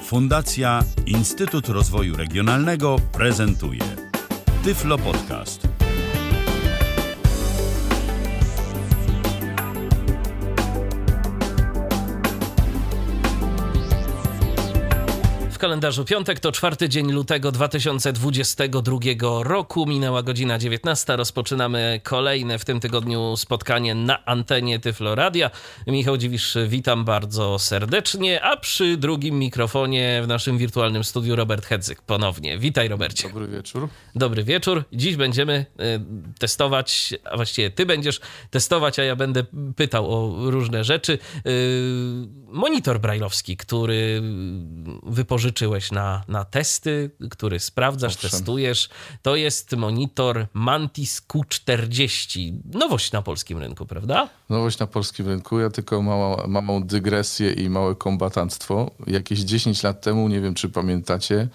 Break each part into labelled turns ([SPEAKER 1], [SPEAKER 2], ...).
[SPEAKER 1] Fundacja Instytut Rozwoju Regionalnego prezentuje Tyflo Podcast.
[SPEAKER 2] W kalendarzu piątek to 4 dzień lutego 2022 roku. Minęła godzina 19. Rozpoczynamy kolejne w tym tygodniu spotkanie na antenie Tyflo Radia. Michał Dziwisz, witam bardzo serdecznie, a przy drugim mikrofonie w naszym wirtualnym studiu Robert Hedzyk ponownie. Witaj, Robercie.
[SPEAKER 3] Dobry wieczór.
[SPEAKER 2] Dobry wieczór. Dziś będziemy testować, a właściwie ty będziesz testować, a ja będę pytał o różne rzeczy. Monitor brajlowski, który wypożyczyłeś na testy, który sprawdzasz, testujesz. To jest monitor Mantis Q40. Nowość na polskim rynku, prawda?
[SPEAKER 3] Nowość na polskim rynku. Ja tylko małą dygresję i małe kombatantstwo. Jakieś 10 lat temu, nie wiem czy pamiętacie,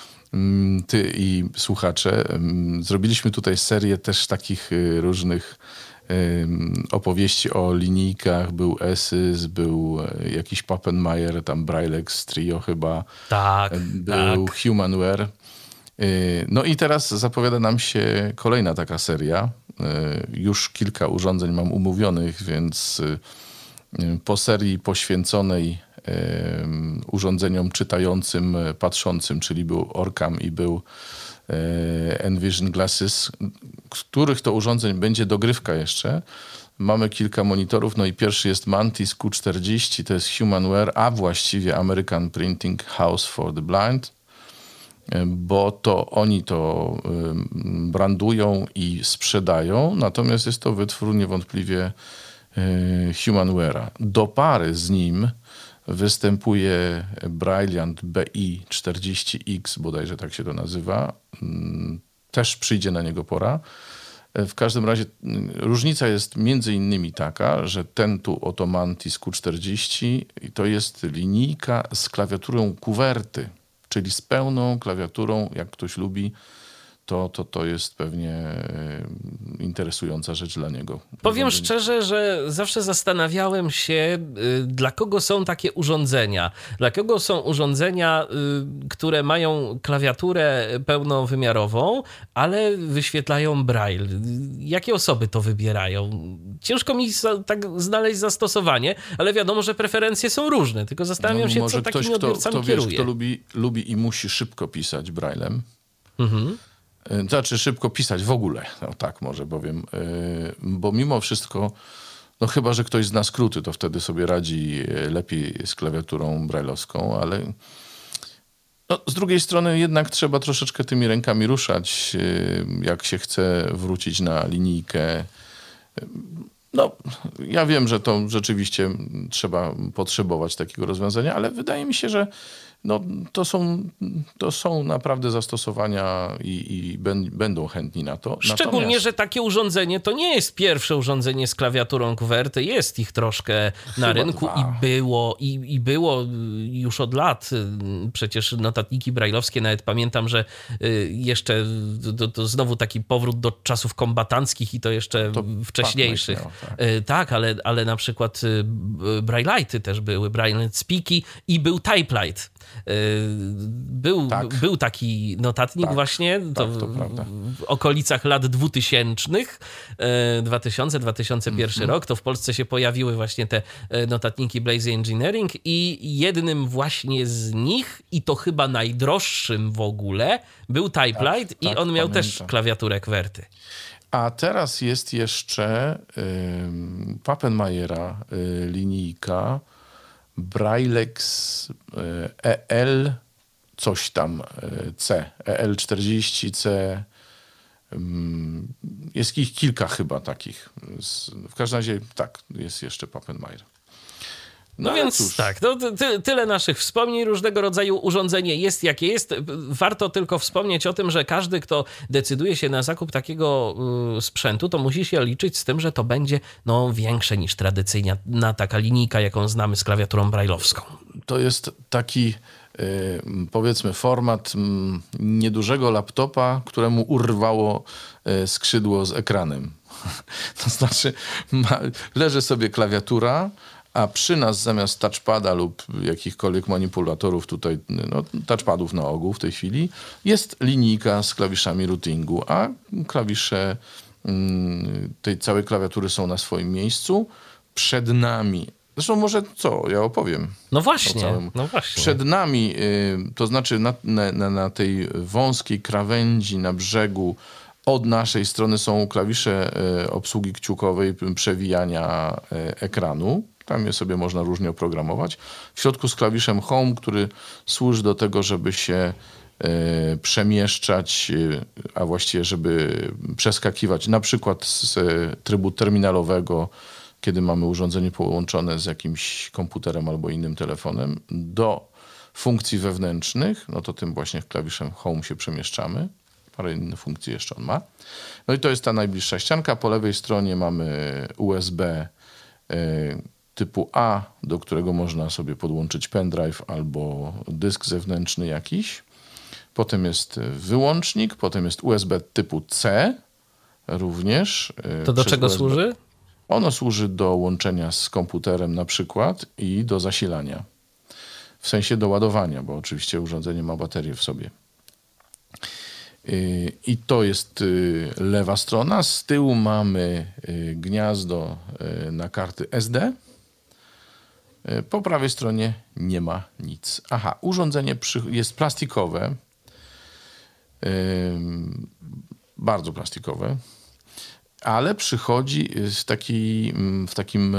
[SPEAKER 3] ty i słuchacze, zrobiliśmy tutaj serię też takich różnych opowieści o linijkach. Był Esys, był jakiś Pappenmeier, tam Braillex Trio chyba.
[SPEAKER 2] Tak.
[SPEAKER 3] Był Humanware. No i teraz zapowiada nam się kolejna taka seria. Już kilka urządzeń mam umówionych, więc po serii poświęconej urządzeniom czytającym, patrzącym, czyli był Orcam i był Envision Glasses, których to urządzeń będzie dogrywka jeszcze. Mamy kilka monitorów, no i pierwszy jest Mantis Q40, to jest Humanware, a właściwie American Printing House for the Blind, bo to oni to brandują i sprzedają, natomiast jest to wytwór niewątpliwie Humanware'a. Do pary z nim występuje Brilliant BI40X, bodajże tak się to nazywa. Też przyjdzie na niego pora. W każdym razie różnica jest między innymi taka, że ten tu oto Mantis Q40 to jest linijka z klawiaturą kuwerty, czyli z pełną klawiaturą, jak ktoś lubi. To jest pewnie interesująca rzecz dla niego.
[SPEAKER 2] Powiem szczerze, że zawsze zastanawiałem się, dla kogo są takie urządzenia. Dla kogo są urządzenia, które mają klawiaturę pełnowymiarową, ale wyświetlają braille. Jakie osoby to wybierają? Ciężko mi tak znaleźć zastosowanie, ale wiadomo, że preferencje są różne. Tylko zastanawiam się, co takimi odbiorcami kieruje.
[SPEAKER 3] Kto lubi i musi szybko pisać braillem. Mhm. Znaczy szybko pisać w ogóle, no tak może powiem, bo mimo wszystko, no chyba, że ktoś zna skróty, to wtedy sobie radzi lepiej z klawiaturą brajlowską, ale no, z drugiej strony jednak trzeba troszeczkę tymi rękami ruszać, jak się chce wrócić na linijkę. No, ja wiem, że to rzeczywiście trzeba potrzebować takiego rozwiązania, ale wydaje mi się, że no, to są naprawdę zastosowania i będą chętni na to.
[SPEAKER 2] Szczególnie, że takie urządzenie to nie jest pierwsze urządzenie z klawiaturą kuwerty. Jest ich troszkę na rynku i było już od lat. Przecież notatniki brajlowskie, nawet pamiętam, że jeszcze to znowu taki powrót do czasów kombatanckich i to jeszcze wcześniejszych. Tak, ale na przykład Braille'ity też były, Braille Speaky i był Typelight. Był taki notatnik właśnie w okolicach lat 2000, 2000-2001 rok, to w Polsce się pojawiły właśnie te notatniki Blazy Engineering i jednym właśnie z nich, i to chyba najdroższym w ogóle, był Typelight i on miał też klawiaturę QWERTY.
[SPEAKER 3] A teraz jest jeszcze Pappenmeiera linijka Braillex EL coś tam C, EL40C. Jest ich kilka chyba takich. W każdym razie tak, jest jeszcze Pappenmeier.
[SPEAKER 2] No więc cóż. Tak, tyle naszych wspomnień. Różnego rodzaju urządzenie jest jakie jest. Warto tylko wspomnieć o tym, że każdy, kto decyduje się na zakup takiego sprzętu, to musi się liczyć z tym, że to będzie większe niż tradycyjna taka linijka, jaką znamy z klawiaturą brajlowską. To jest
[SPEAKER 3] taki powiedzmy format niedużego laptopa, któremu urwało skrzydło z ekranem. To znaczy leży sobie klawiatura, a przy nas zamiast touchpada lub jakichkolwiek manipulatorów tutaj, touchpadów na ogół w tej chwili, jest linijka z klawiszami routingu, a klawisze tej całej klawiatury są na swoim miejscu. Przed nami, zresztą może ja opowiem.
[SPEAKER 2] No właśnie.
[SPEAKER 3] Przed nami, to znaczy na tej wąskiej krawędzi na brzegu od naszej strony są klawisze obsługi kciukowej, przewijania ekranu. Tam je sobie można różnie oprogramować. W środku z klawiszem Home, który służy do tego, żeby się przemieszczać, a właściwie żeby przeskakiwać na przykład z trybu terminalowego, kiedy mamy urządzenie połączone z jakimś komputerem albo innym telefonem, do funkcji wewnętrznych, no to tym właśnie klawiszem Home się przemieszczamy. Parę innych funkcji jeszcze on ma. No i to jest ta najbliższa ścianka. Po lewej stronie mamy USB typu A, do którego można sobie podłączyć pendrive albo dysk zewnętrzny jakiś. Potem jest wyłącznik, potem jest USB typu C również.
[SPEAKER 2] To do czego
[SPEAKER 3] USB.
[SPEAKER 2] służy?
[SPEAKER 3] Ono służy do łączenia z komputerem na przykład i do zasilania. W sensie do ładowania, bo oczywiście urządzenie ma baterię w sobie. I to jest lewa strona. Z tyłu mamy gniazdo na karty SD. Po prawej stronie nie ma nic. Aha, urządzenie jest plastikowe. Bardzo plastikowe. Ale przychodzi w takim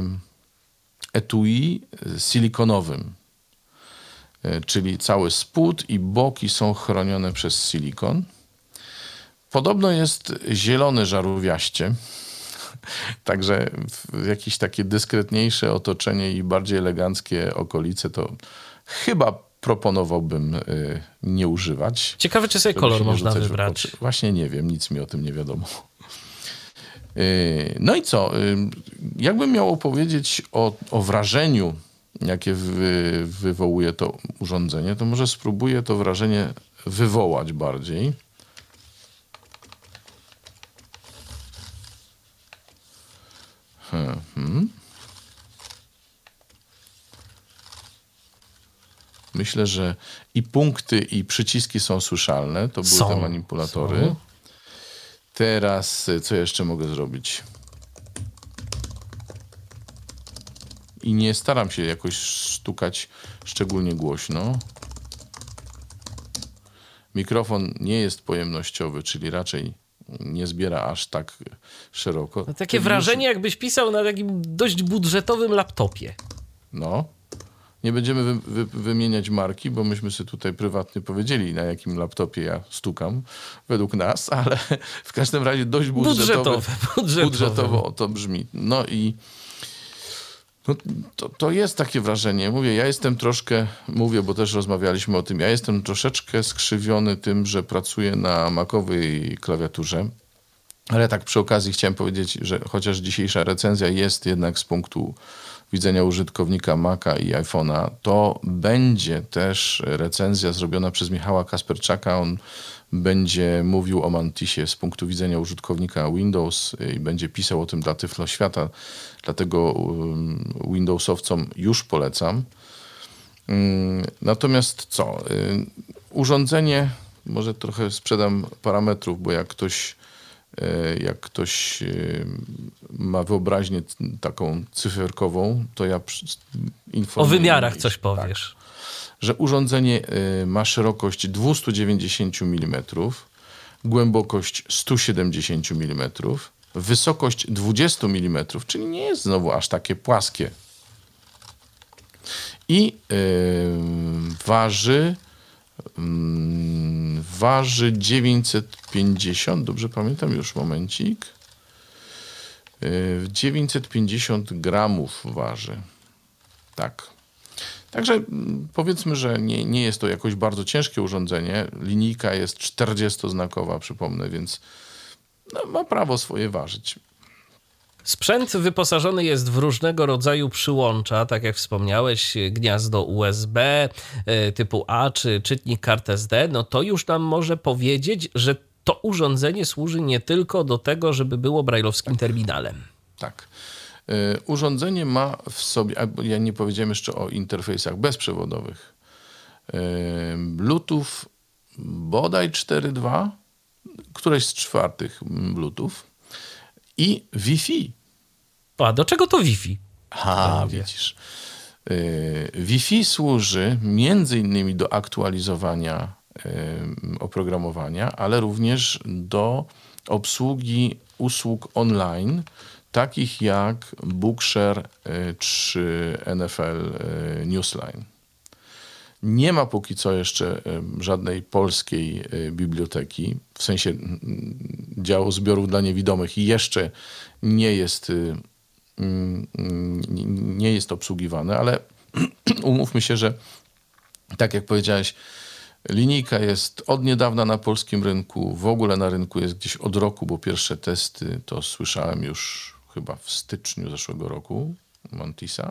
[SPEAKER 3] etui silikonowym. Czyli cały spód i boki są chronione przez silikon. Podobno jest zielony żarówiaście. Także jakieś takie dyskretniejsze otoczenie i bardziej eleganckie okolice to chyba proponowałbym nie używać.
[SPEAKER 2] Ciekawe, czy sobie kolor można wybrać.
[SPEAKER 3] Właśnie nie wiem, nic mi o tym nie wiadomo. No i co? Jakbym miał opowiedzieć o wrażeniu, jakie wywołuje to urządzenie, to może spróbuję to wrażenie wywołać bardziej. Myślę, że i punkty, i przyciski są słyszalne. To były te manipulatory. Teraz co jeszcze mogę zrobić? I nie staram się jakoś stukać szczególnie głośno. Mikrofon nie jest pojemnościowy, czyli raczej nie zbiera aż tak szeroko.
[SPEAKER 2] No takie wrażenie, jakbyś pisał na takim dość budżetowym laptopie.
[SPEAKER 3] No. Nie będziemy wymieniać marki, bo myśmy sobie tutaj prywatnie powiedzieli, na jakim laptopie ja stukam, według nas, ale w każdym razie dość budżetowo to brzmi. No i to jest takie wrażenie. Ja jestem troszkę, bo też rozmawialiśmy o tym, ja jestem troszeczkę skrzywiony tym, że pracuję na macowej klawiaturze, ale tak przy okazji chciałem powiedzieć, że chociaż dzisiejsza recenzja jest jednak z punktu widzenia użytkownika Maca i iPhone'a, to będzie też recenzja zrobiona przez Michała Kasperczaka. On będzie mówił o Mantisie z punktu widzenia użytkownika Windows i będzie pisał o tym dla Tyflo Świata. Dlatego Windowsowcom już polecam. Natomiast co? Urządzenie, może trochę sprzedam parametrów, bo jak ktoś ma wyobraźnię taką cyferkową, to ja informuję.
[SPEAKER 2] O wymiarach coś powiesz.
[SPEAKER 3] Tak, że urządzenie ma szerokość 290 mm, głębokość 170 mm, wysokość 20 mm, czyli nie jest znowu aż takie płaskie. I waży 950, dobrze pamiętam, już momencik. 950 gramów waży. Tak. Także powiedzmy, że nie jest to jakoś bardzo ciężkie urządzenie. Linijka jest 40-znakowa, przypomnę, więc ma prawo swoje ważyć.
[SPEAKER 2] Sprzęt wyposażony jest w różnego rodzaju przyłącza, tak jak wspomniałeś, gniazdo USB typu A czy czytnik kart SD. No to już nam może powiedzieć, że to urządzenie służy nie tylko do tego, żeby było brajlowskim terminalem.
[SPEAKER 3] Tak. Urządzenie ma w sobie, ja nie powiedziałem jeszcze o interfejsach bezprzewodowych. Bluetooth bodaj 4.2, któreś z czwartych Bluetooth i Wi-Fi.
[SPEAKER 2] A do czego to Wi-Fi?
[SPEAKER 3] Widzisz. Wi-Fi służy między innymi do aktualizowania oprogramowania, ale również do obsługi usług online, takich jak Bookshare czy NFL Newsline. Nie ma póki co jeszcze żadnej polskiej biblioteki, w sensie działu zbiorów dla niewidomych i jeszcze nie jest obsługiwane, ale umówmy się, że tak jak powiedziałeś, linijka jest od niedawna na polskim rynku, w ogóle na rynku jest gdzieś od roku, bo pierwsze testy to słyszałem już chyba w styczniu zeszłego roku, Montisa.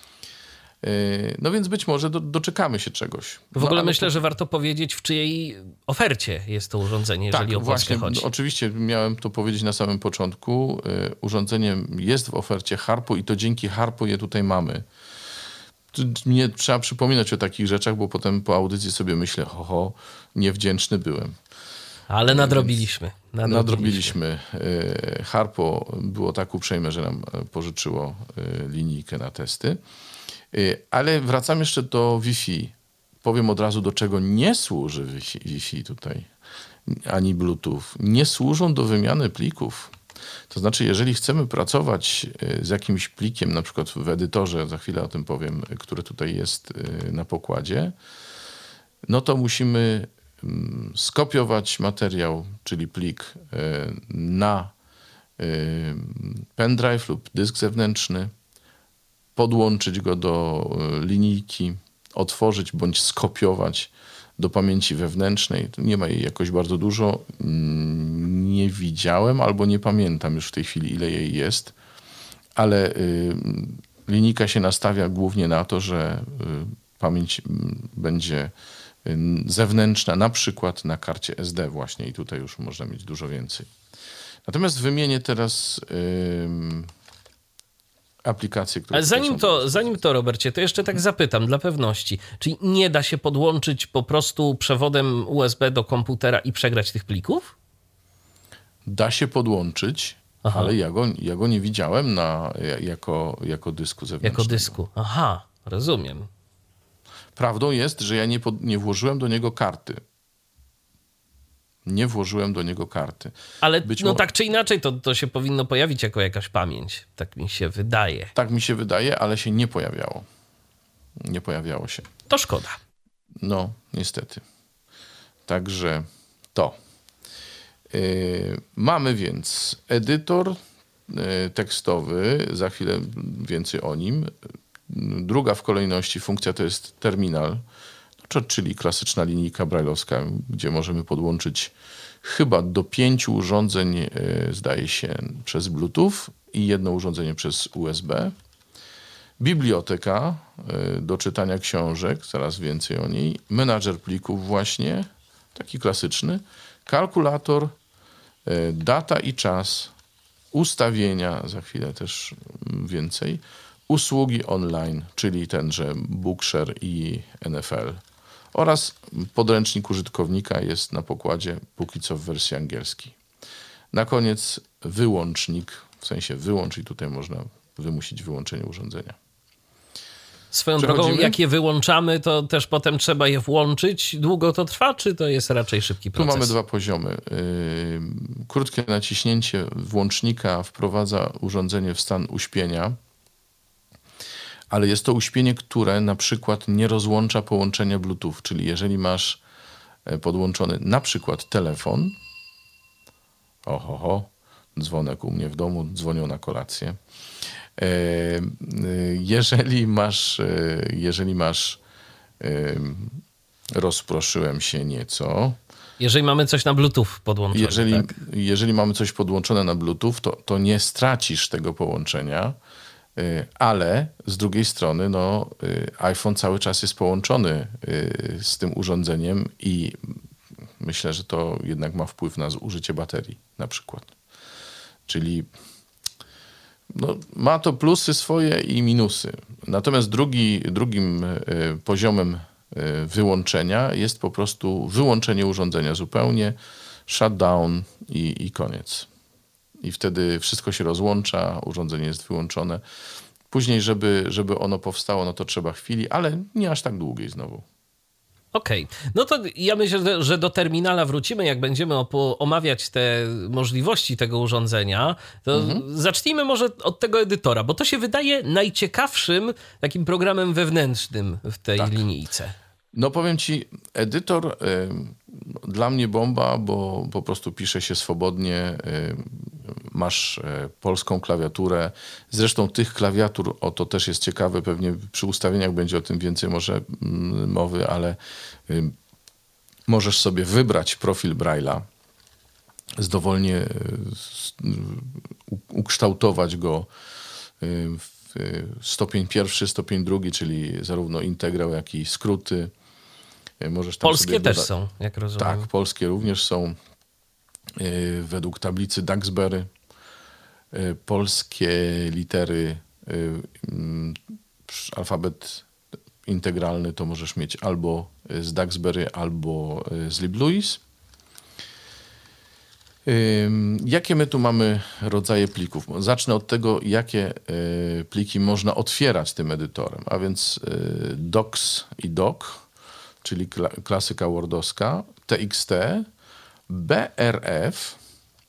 [SPEAKER 3] No więc być może doczekamy się czegoś.
[SPEAKER 2] W ogóle myślę, że warto powiedzieć, w czyjej ofercie jest to urządzenie, jeżeli o Polskę chodzi.
[SPEAKER 3] Oczywiście miałem to powiedzieć na samym początku. Urządzenie jest w ofercie Harpo i to dzięki Harpo je tutaj mamy. Nie trzeba przypominać o takich rzeczach, bo potem po audycji sobie myślę, niewdzięczny byłem.
[SPEAKER 2] Ale nadrobiliśmy.
[SPEAKER 3] Harpo było tak uprzejme, że nam pożyczyło linijkę na testy. Ale wracam jeszcze do Wi-Fi. Powiem od razu, do czego nie służy Wi-Fi tutaj, ani Bluetooth. Nie służą do wymiany plików. To znaczy, jeżeli chcemy pracować z jakimś plikiem, na przykład w edytorze, za chwilę o tym powiem, który tutaj jest na pokładzie, no to musimy skopiować materiał, czyli plik na pendrive lub dysk zewnętrzny, podłączyć go do linijki, otworzyć bądź skopiować do pamięci wewnętrznej. Nie ma jej jakoś bardzo dużo. Nie widziałem albo nie pamiętam już w tej chwili, ile jej jest, ale linijka się nastawia głównie na to, że pamięć będzie zewnętrzna, na przykład na karcie SD właśnie i tutaj już można mieć dużo więcej. Natomiast wymienię teraz aplikacje, które...
[SPEAKER 2] Ale zanim to, Robercie, to jeszcze tak zapytam dla pewności. Czyli nie da się podłączyć po prostu przewodem USB do komputera i przegrać tych plików?
[SPEAKER 3] Da się podłączyć, ale ja go nie widziałem jako dysku zewnętrznego.
[SPEAKER 2] Jako dysku, rozumiem.
[SPEAKER 3] Prawdą jest, że ja nie włożyłem do niego karty. Nie włożyłem do niego karty.
[SPEAKER 2] Ale tak czy inaczej to się powinno pojawić jako jakaś pamięć. Tak mi się wydaje.
[SPEAKER 3] Tak mi się wydaje, ale się nie pojawiało. Nie pojawiało się.
[SPEAKER 2] To szkoda.
[SPEAKER 3] No, niestety. Także to. Mamy więc edytor tekstowy. Za chwilę więcej o nim. Druga w kolejności funkcja to jest terminal, czyli klasyczna linijka brajlowska, gdzie możemy podłączyć chyba do 5 urządzeń, zdaje się, przez Bluetooth i jedno urządzenie przez USB. Biblioteka do czytania książek, zaraz więcej o niej. Menadżer plików właśnie, taki klasyczny. Kalkulator, data i czas, ustawienia, za chwilę też więcej. Usługi online, czyli tenże Bookshare i NFL. Oraz podręcznik użytkownika jest na pokładzie, póki co w wersji angielskiej. Na koniec wyłącznik, w sensie wyłącz i tutaj można wymusić wyłączenie urządzenia.
[SPEAKER 2] Swoją drogą, jak je wyłączamy, to też potem trzeba je włączyć. Długo to trwa, czy to jest raczej szybki proces?
[SPEAKER 3] Tu mamy dwa poziomy. Krótkie naciśnięcie włącznika wprowadza urządzenie w stan uśpienia, ale jest to uśpienie, które na przykład nie rozłącza połączenia Bluetooth, czyli jeżeli masz podłączony na przykład telefon, dzwonek u mnie w domu, dzwonią na kolację. Jeżeli masz rozproszyłem się nieco.
[SPEAKER 2] Jeżeli mamy coś na Bluetooth podłączone.
[SPEAKER 3] Jeżeli mamy coś podłączone na Bluetooth, to nie stracisz tego połączenia, ale z drugiej strony iPhone cały czas jest połączony z tym urządzeniem i myślę, że to jednak ma wpływ na zużycie baterii na przykład. Czyli No, ma to plusy swoje i minusy. Natomiast drugim poziomem wyłączenia jest po prostu wyłączenie urządzenia zupełnie, shutdown i koniec. I wtedy wszystko się rozłącza, urządzenie jest wyłączone. Później, żeby ono powstało, no to trzeba chwili, ale nie aż tak długiej znowu.
[SPEAKER 2] Okej. No to ja myślę, że do terminala wrócimy, jak będziemy omawiać te możliwości tego urządzenia. To zacznijmy może od tego edytora, bo to się wydaje najciekawszym takim programem wewnętrznym w tej linijce.
[SPEAKER 3] No powiem ci, edytor dla mnie bomba, bo po prostu pisze się swobodnie, masz polską klawiaturę. Zresztą tych klawiatur, to też jest ciekawe, pewnie przy ustawieniach będzie o tym więcej może mowy, ale możesz sobie wybrać profil Braille'a, dowolnie ukształtować go w stopień pierwszy, stopień drugi, czyli zarówno integrał, jak i skróty. Możesz tam
[SPEAKER 2] polskie też są, jak rozumiem.
[SPEAKER 3] Tak, polskie również są. Według tablicy Duxbury. Polskie litery, alfabet integralny to możesz mieć albo z Duxbury, albo z LibLouis. Jakie my tu mamy rodzaje plików? Zacznę od tego, jakie pliki można otwierać tym edytorem, a więc docs i doc, czyli klasyka wordowska, TXT, BRF,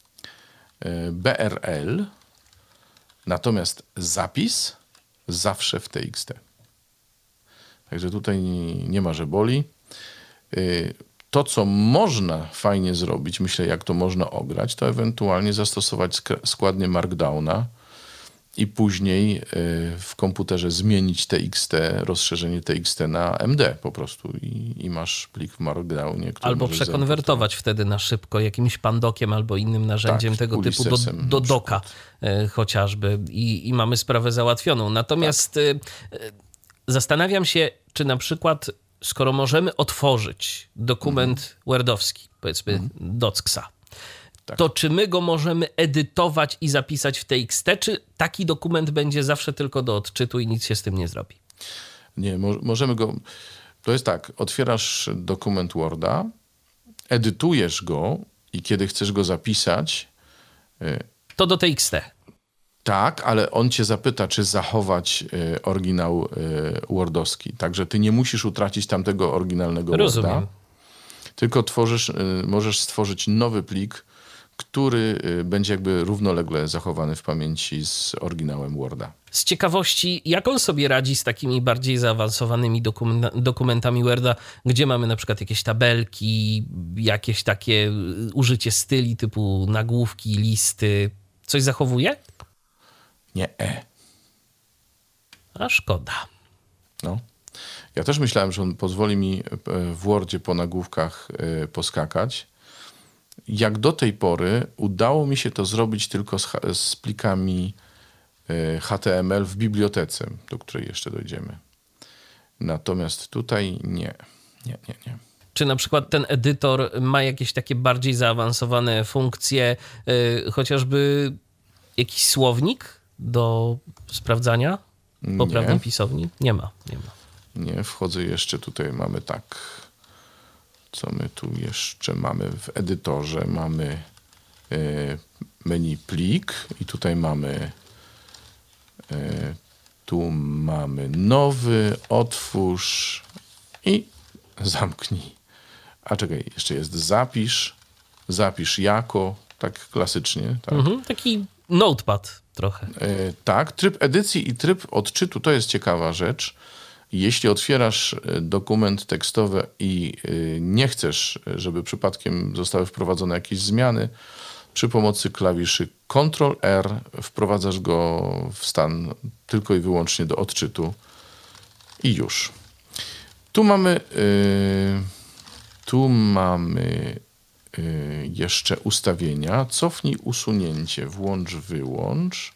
[SPEAKER 3] BRL, natomiast zapis zawsze w TXT. Także tutaj nie ma, że boli. To, co można fajnie zrobić, myślę, jak to można ograć, to ewentualnie zastosować składnię Markdowna i później w komputerze zmienić TXT, rozszerzenie TXT na MD po prostu i masz plik w Markdownie. Który
[SPEAKER 2] albo przekonwertować wtedy na szybko jakimś pandokiem albo innym narzędziem tego typu do doka chociażby i mamy sprawę załatwioną. Natomiast zastanawiam się, czy na przykład skoro możemy otworzyć dokument wordowski, powiedzmy docxa, to czy my go możemy edytować i zapisać w TXT, czy taki dokument będzie zawsze tylko do odczytu i nic się z tym nie zrobi?
[SPEAKER 3] Nie, możemy go... To jest tak, otwierasz dokument Worda, edytujesz go i kiedy chcesz go zapisać...
[SPEAKER 2] To do TXT.
[SPEAKER 3] Tak, ale on cię zapyta, czy zachować oryginał wordowski. Także ty nie musisz utracić tamtego oryginalnego Worda. Tylko możesz stworzyć nowy plik, który będzie jakby równolegle zachowany w pamięci z oryginałem Worda.
[SPEAKER 2] Z ciekawości, jak on sobie radzi z takimi bardziej zaawansowanymi dokumentami Worda, gdzie mamy na przykład jakieś tabelki, jakieś takie użycie styli typu nagłówki, listy. Coś zachowuje?
[SPEAKER 3] Nie.
[SPEAKER 2] A szkoda.
[SPEAKER 3] No. Ja też myślałem, że on pozwoli mi w Wordzie po nagłówkach poskakać. Jak do tej pory udało mi się to zrobić tylko z plikami HTML w bibliotece, do której jeszcze dojdziemy. Natomiast tutaj nie.
[SPEAKER 2] Czy na przykład ten edytor ma jakieś takie bardziej zaawansowane funkcje, chociażby jakiś słownik do sprawdzania poprawnej pisowni? Nie ma.
[SPEAKER 3] Nie, wchodzę jeszcze, tutaj mamy tak, co my tu jeszcze mamy w edytorze? Mamy menu plik i tutaj mamy nowy, otwórz i zamknij. A czekaj, jeszcze jest zapisz jako, tak klasycznie. Tak.
[SPEAKER 2] Taki notepad trochę.
[SPEAKER 3] Tak, tryb edycji i tryb odczytu to jest ciekawa rzecz. Jeśli otwierasz dokument tekstowy i nie chcesz, żeby przypadkiem zostały wprowadzone jakieś zmiany, przy pomocy klawiszy Ctrl+R wprowadzasz go w stan tylko i wyłącznie do odczytu i już. Tu mamy jeszcze ustawienia. Cofnij usunięcie, włącz, wyłącz.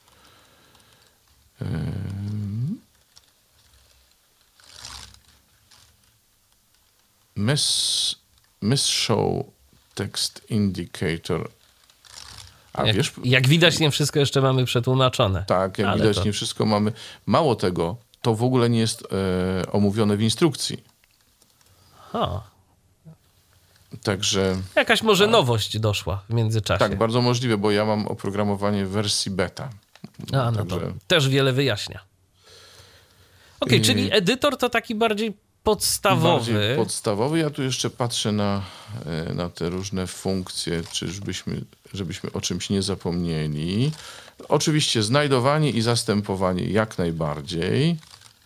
[SPEAKER 3] Miss show text indicator A
[SPEAKER 2] jak widać, nie wszystko jeszcze mamy przetłumaczone.
[SPEAKER 3] Tak, jak widać, nie wszystko mamy. Mało tego, to w ogóle nie jest omówione w instrukcji. Także...
[SPEAKER 2] Jakaś może nowość doszła w międzyczasie.
[SPEAKER 3] Tak, bardzo możliwe, bo ja mam oprogramowanie w wersji beta.
[SPEAKER 2] No to też wiele wyjaśnia. Okej, czyli edytor to taki bardziej podstawowy.
[SPEAKER 3] Podstawowy. Ja tu jeszcze patrzę na te różne funkcje, żebyśmy o czymś nie zapomnieli. Oczywiście znajdowanie i zastępowanie jak najbardziej.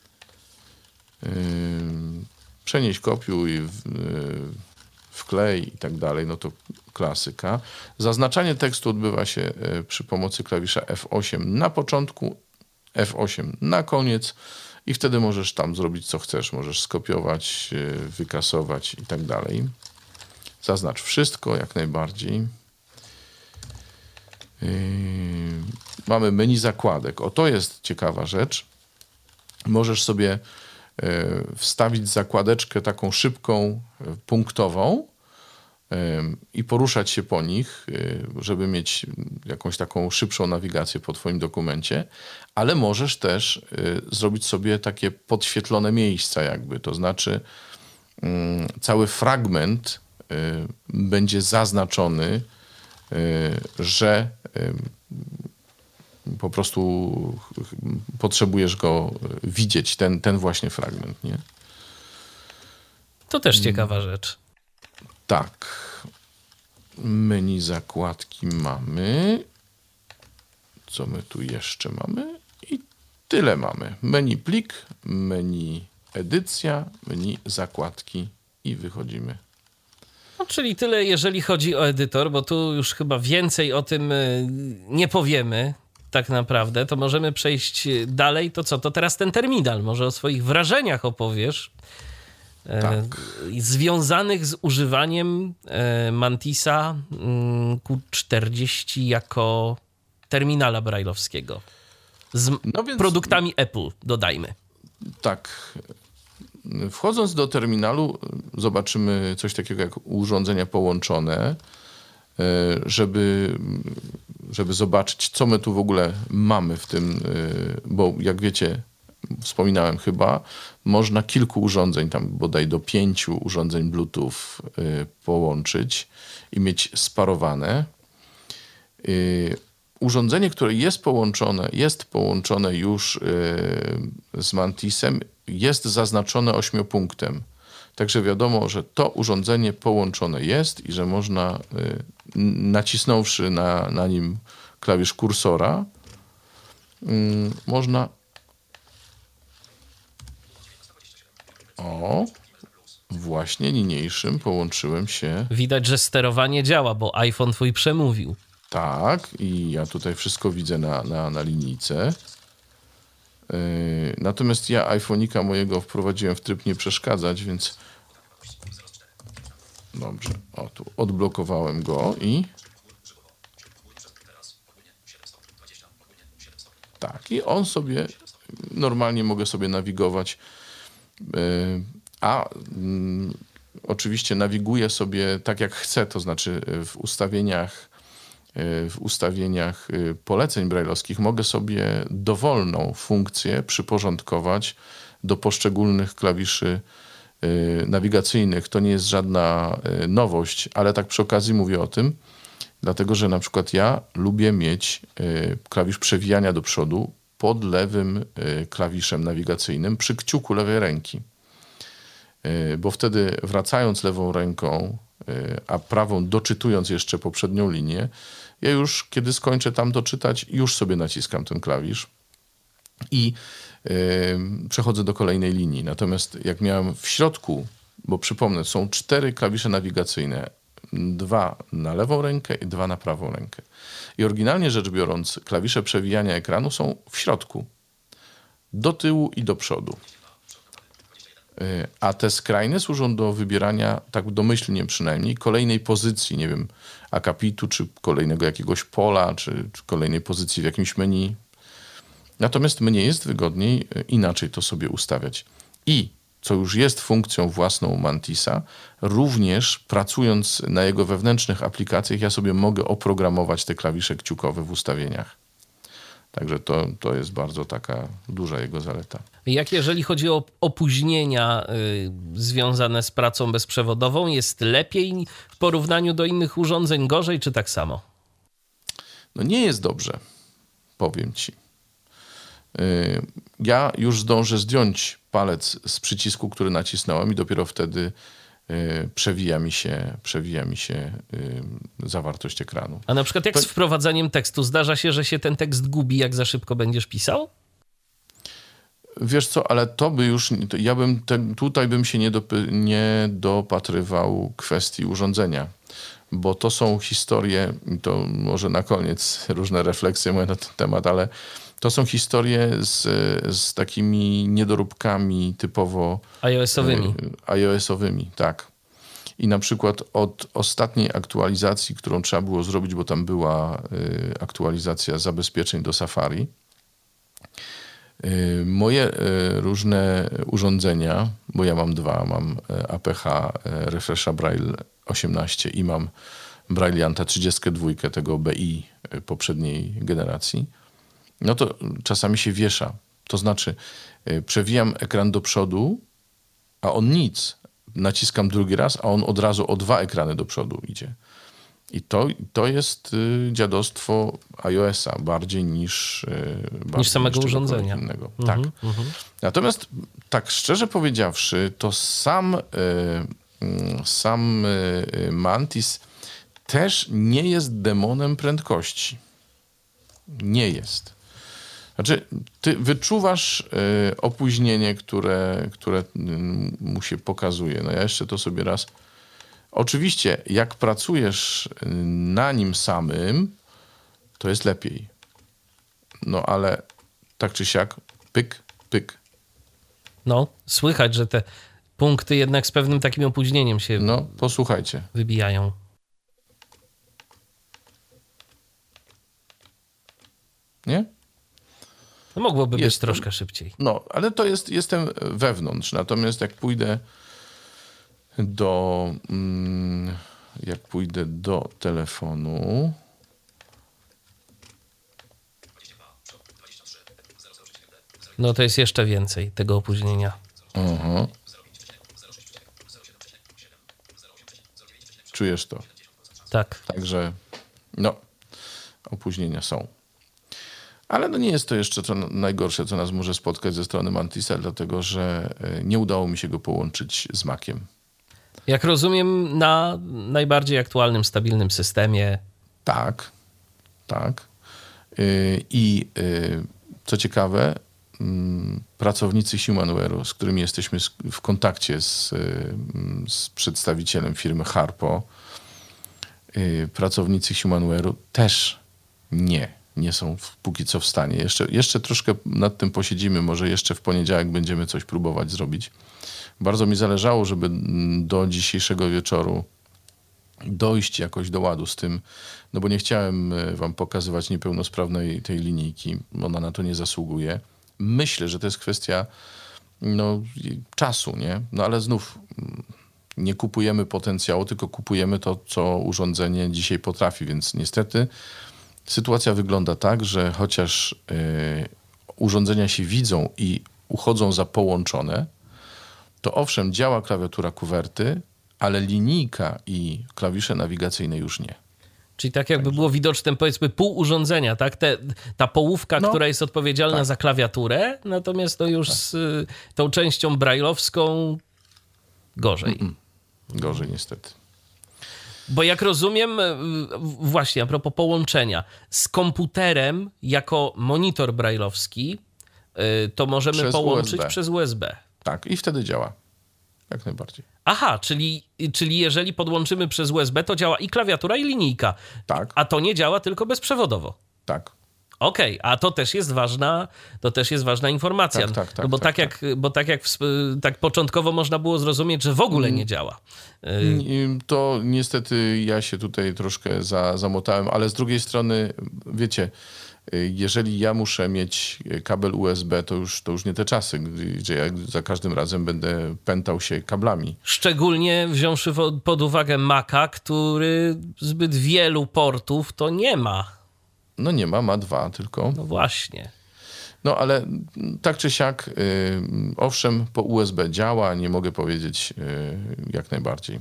[SPEAKER 3] Przenieść, kopiuj, wklej i tak dalej, no to klasyka. Zaznaczanie tekstu odbywa się przy pomocy klawisza F8 na początku, F8 na koniec i wtedy możesz tam zrobić co chcesz. Możesz skopiować, wykasować i tak dalej. Zaznacz wszystko jak najbardziej. Mamy menu zakładek. O, to jest ciekawa rzecz. Możesz sobie wstawić zakładeczkę taką szybką, punktową i poruszać się po nich, żeby mieć jakąś taką szybszą nawigację po twoim dokumencie, ale możesz też zrobić sobie takie podświetlone miejsca jakby, to znaczy cały fragment będzie zaznaczony, że po prostu potrzebujesz go widzieć, ten właśnie fragment, nie?
[SPEAKER 2] To też ciekawa rzecz.
[SPEAKER 3] Tak. Menu zakładki mamy. Co my tu jeszcze mamy? I tyle mamy. Menu plik, menu edycja, menu zakładki i wychodzimy.
[SPEAKER 2] No, czyli tyle, jeżeli chodzi o edytor, bo tu już chyba więcej o tym nie powiemy tak naprawdę. To możemy przejść dalej. To co? To teraz ten terminal. Może o swoich wrażeniach opowiesz.
[SPEAKER 3] Tak.
[SPEAKER 2] Związanych z używaniem Mantisa Q40 jako terminala brajlowskiego. Z produktami Apple, dodajmy.
[SPEAKER 3] Tak. Wchodząc do terminalu zobaczymy coś takiego jak urządzenia połączone, żeby zobaczyć, co my tu w ogóle mamy w tym, bo jak wiecie, wspominałem chyba, można kilku urządzeń, tam bodaj do 5 urządzeń Bluetooth połączyć i mieć sparowane. Urządzenie, które jest połączone już z Mantisem, jest zaznaczone 8-punktem. Także wiadomo, że to urządzenie połączone jest i że można, nacisnąwszy na nim klawisz kursora, można właśnie niniejszym połączyłem się.
[SPEAKER 2] Widać, że sterowanie działa, bo iPhone twój przemówił.
[SPEAKER 3] Tak, i ja tutaj wszystko widzę na linijce. Natomiast ja iPhone'ika mojego wprowadziłem w tryb nie przeszkadzać, więc dobrze, tu odblokowałem go i tak, i on sobie normalnie mogę sobie nawigować, oczywiście nawiguję sobie tak jak chcę, to znaczy w ustawieniach poleceń brajlowskich mogę sobie dowolną funkcję przyporządkować do poszczególnych klawiszy nawigacyjnych. To nie jest żadna nowość, ale tak przy okazji mówię o tym, dlatego że na przykład ja lubię mieć klawisz przewijania do przodu pod lewym klawiszem nawigacyjnym przy kciuku lewej ręki. Bo wtedy wracając lewą ręką, a prawą doczytując jeszcze poprzednią linię, ja już kiedy skończę tam doczytać, już sobie naciskam ten klawisz i przechodzę do kolejnej linii. Natomiast jak miałem w środku, bo przypomnę, są 4 klawisze nawigacyjne, 2 na lewą rękę i 2 na prawą rękę. I oryginalnie rzecz biorąc, klawisze przewijania ekranu są w środku, do tyłu i do przodu. A te skrajne służą do wybierania, tak domyślnie przynajmniej, kolejnej pozycji, nie wiem, akapitu, czy kolejnego jakiegoś pola, czy kolejnej pozycji w jakimś menu. Natomiast mnie jest wygodniej inaczej to sobie ustawiać. I co już jest funkcją własną Mantisa, również pracując na jego wewnętrznych aplikacjach, ja sobie mogę oprogramować te klawisze kciukowe w ustawieniach. Także to jest bardzo taka duża jego zaleta.
[SPEAKER 2] Jak jeżeli chodzi o opóźnienia związane z pracą bezprzewodową, jest lepiej w porównaniu do innych urządzeń, gorzej czy tak samo?
[SPEAKER 3] No nie jest dobrze, powiem ci. Ja już zdążę zdjąć palec z przycisku, który nacisnąłem i dopiero wtedy przewija mi się zawartość ekranu.
[SPEAKER 2] A na przykład jak z wprowadzaniem tekstu? Zdarza się, że się ten tekst gubi, jak za szybko będziesz pisał?
[SPEAKER 3] Wiesz co, ale to by już... Tutaj bym się nie dopatrywał kwestii urządzenia, bo to są historie, to może na koniec różne refleksje moje na ten temat, ale to są historie z takimi niedoróbkami typowo iOS-owymi, tak. I na przykład od ostatniej aktualizacji, którą trzeba było zrobić, bo tam była aktualizacja zabezpieczeń do Safari, moje różne urządzenia, bo ja mam dwa, mam APH Refresha Braille 18 i mam Brailleanta 32 tego BI poprzedniej generacji, no to czasami się wiesza. To znaczy przewijam ekran do przodu, a on nic. Naciskam drugi raz, a on od razu o 2 ekrany do przodu idzie. I to jest dziadostwo iOS-a bardziej niż
[SPEAKER 2] samego urządzenia.
[SPEAKER 3] Innego. Tak. Natomiast tak szczerze powiedziawszy, to sam Mantis też nie jest demonem prędkości. Nie jest. Znaczy, ty wyczuwasz opóźnienie, które mu się pokazuje. No ja jeszcze to sobie raz... Oczywiście, jak pracujesz na nim samym, to jest lepiej. No ale tak czy siak, pyk, pyk.
[SPEAKER 2] No, słychać, że te punkty jednak z pewnym takim opóźnieniem się
[SPEAKER 3] posłuchajcie.
[SPEAKER 2] Wybijają.
[SPEAKER 3] Nie?
[SPEAKER 2] No mogłoby być troszkę szybciej.
[SPEAKER 3] No, ale to jestem wewnątrz. Natomiast jak pójdę do telefonu,
[SPEAKER 2] no to jest jeszcze więcej tego opóźnienia.
[SPEAKER 3] Aha. Czujesz to?
[SPEAKER 2] Tak.
[SPEAKER 3] Także opóźnienia są. Ale nie jest to jeszcze to najgorsze, co nas może spotkać ze strony Mantisa, dlatego że nie udało mi się go połączyć z Maciem.
[SPEAKER 2] Jak rozumiem, na najbardziej aktualnym, stabilnym systemie.
[SPEAKER 3] Tak. I co ciekawe, pracownicy Humanware'u, z którymi jesteśmy w kontakcie z przedstawicielem firmy Harpo, pracownicy Humanware'u też nie są póki co w stanie. Jeszcze troszkę nad tym posiedzimy, może jeszcze w poniedziałek będziemy coś próbować zrobić. Bardzo mi zależało, żeby do dzisiejszego wieczoru dojść jakoś do ładu z tym, no bo nie chciałem wam pokazywać niepełnosprawnej tej linijki, ona na to nie zasługuje. Myślę, że to jest kwestia czasu, nie? No ale znów nie kupujemy potencjału, tylko kupujemy to, co urządzenie dzisiaj potrafi, więc niestety sytuacja wygląda tak, że chociaż urządzenia się widzą i uchodzą za połączone, to owszem, działa klawiatura kuwerty, ale linijka i klawisze nawigacyjne już nie.
[SPEAKER 2] Czyli tak jakby było widoczne, powiedzmy, pół urządzenia, tak? Ta połówka, która jest odpowiedzialna za klawiaturę, natomiast już z tą częścią brajlowską gorzej.
[SPEAKER 3] Gorzej niestety.
[SPEAKER 2] Bo jak rozumiem, właśnie a propos połączenia, z komputerem jako monitor brajlowski to możemy połączyć przez USB.
[SPEAKER 3] Tak, i wtedy działa. Jak najbardziej.
[SPEAKER 2] Aha, czyli jeżeli podłączymy przez USB, to działa i klawiatura, i linijka.
[SPEAKER 3] Tak.
[SPEAKER 2] A to nie działa tylko bezprzewodowo.
[SPEAKER 3] Tak.
[SPEAKER 2] Okej, a to też jest ważna informacja.
[SPEAKER 3] Tak,
[SPEAKER 2] bo tak początkowo można było zrozumieć, że w ogóle nie działa.
[SPEAKER 3] To niestety ja się tutaj troszkę zamotałem, ale z drugiej strony, wiecie, Jeżeli ja muszę mieć kabel USB, to już nie te czasy, gdzie ja za każdym razem będę pętał się kablami.
[SPEAKER 2] Szczególnie wziąwszy pod uwagę Maca, który zbyt wielu portów to nie ma.
[SPEAKER 3] No nie ma 2 tylko.
[SPEAKER 2] No właśnie.
[SPEAKER 3] No ale tak czy siak, owszem, po USB działa, nie mogę powiedzieć jak najbardziej.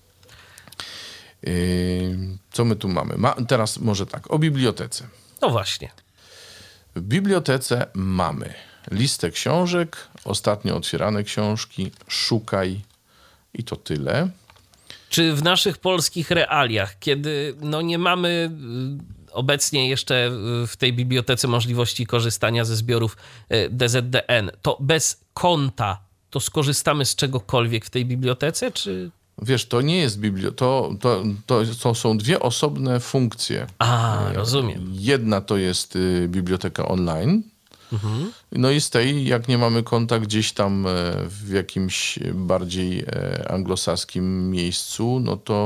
[SPEAKER 3] Co my tu mamy? Teraz może tak, o bibliotece.
[SPEAKER 2] No właśnie.
[SPEAKER 3] W bibliotece mamy listę książek, ostatnio otwierane książki, szukaj i to tyle.
[SPEAKER 2] Czy w naszych polskich realiach, kiedy nie mamy obecnie jeszcze w tej bibliotece możliwości korzystania ze zbiorów DZDN, to bez konta to skorzystamy z czegokolwiek w tej bibliotece, czy...
[SPEAKER 3] Wiesz, to nie jest to są 2 osobne funkcje.
[SPEAKER 2] Rozumiem.
[SPEAKER 3] Jedna to jest biblioteka online. No i z tej, jak nie mamy konta gdzieś tam w jakimś bardziej anglosaskim miejscu,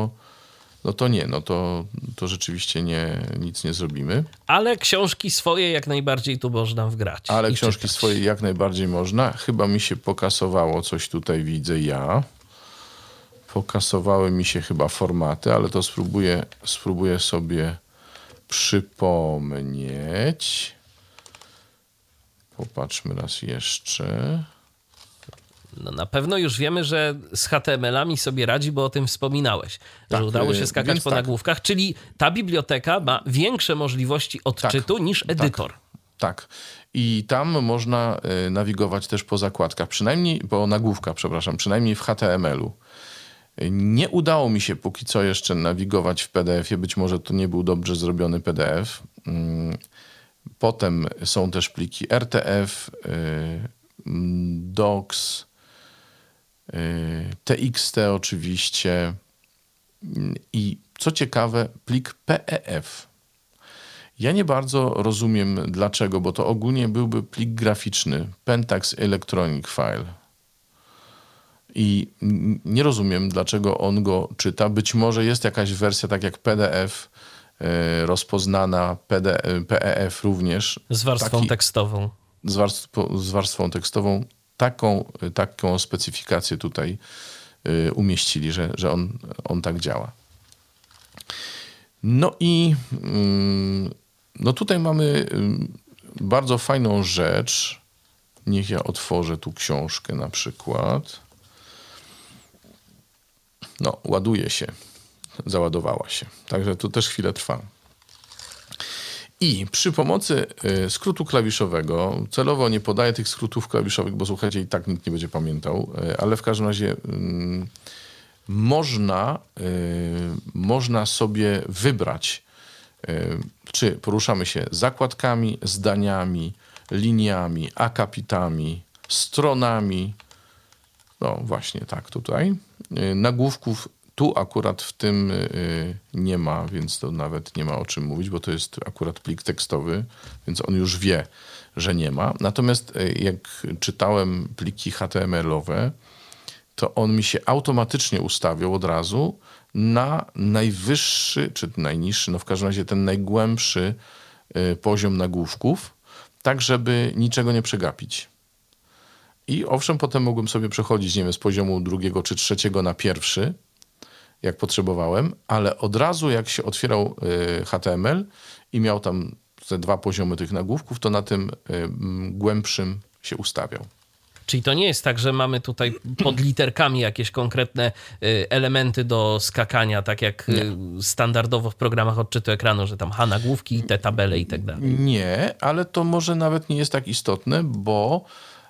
[SPEAKER 3] to rzeczywiście nic nie zrobimy.
[SPEAKER 2] Ale książki swoje jak najbardziej tu można wgrać.
[SPEAKER 3] Ale książki
[SPEAKER 2] czytać.
[SPEAKER 3] swoje jak najbardziej można. Chyba mi się pokasowało, coś tutaj widzę ja. Pokasowały mi się chyba formaty, ale to spróbuję sobie przypomnieć. Popatrzmy raz jeszcze.
[SPEAKER 2] No na pewno już wiemy, że z HTML-ami sobie radzi, bo o tym wspominałeś, że udało się skakać po nagłówkach, czyli ta biblioteka ma większe możliwości odczytu niż edytor.
[SPEAKER 3] Tak. I tam można nawigować też po zakładkach, po nagłówkach, przynajmniej w HTML-u. Nie udało mi się póki co jeszcze nawigować w PDF-ie, być może to nie był dobrze zrobiony PDF. Potem są też pliki RTF, docs, TXT oczywiście i co ciekawe plik PEF. Ja nie bardzo rozumiem dlaczego, bo to ogólnie byłby plik graficzny, Pentax Electronic File. I nie rozumiem, dlaczego on go czyta. Być może jest jakaś wersja, tak jak PDF, rozpoznana, PEF również.
[SPEAKER 2] Z warstwą tekstową.
[SPEAKER 3] Z warstwą tekstową. Taką specyfikację tutaj umieścili, że on tak działa. No i tutaj mamy bardzo fajną rzecz. Niech ja otworzę tu książkę na przykład. No, ładuje się. Załadowała się. Także to też chwilę trwa. I przy pomocy skrótu klawiszowego, celowo nie podaję tych skrótów klawiszowych, bo słuchajcie, i tak nikt nie będzie pamiętał, ale w każdym razie można sobie wybrać, czy poruszamy się zakładkami, zdaniami, liniami, akapitami, stronami. No właśnie tak tutaj. Nagłówków tu akurat w tym nie ma, więc to nawet nie ma o czym mówić, bo to jest akurat plik tekstowy, więc on już wie, że nie ma. Natomiast jak czytałem pliki HTML-owe, to on mi się automatycznie ustawiał od razu na najwyższy, czy najniższy, no w każdym razie ten najgłębszy poziom nagłówków, tak żeby niczego nie przegapić. I owszem, potem mogłem sobie przechodzić, nie wiem, z poziomu 2. czy 3. na 1., jak potrzebowałem, ale od razu jak się otwierał HTML i miał tam te 2 poziomy tych nagłówków, to na tym głębszym się ustawiał.
[SPEAKER 2] Czyli to nie jest tak, że mamy tutaj pod literkami jakieś konkretne elementy do skakania, tak jak standardowo w programach odczytu ekranu, że tam nagłówki, te tabele i tak dalej.
[SPEAKER 3] Nie, ale to może nawet nie jest tak istotne, bo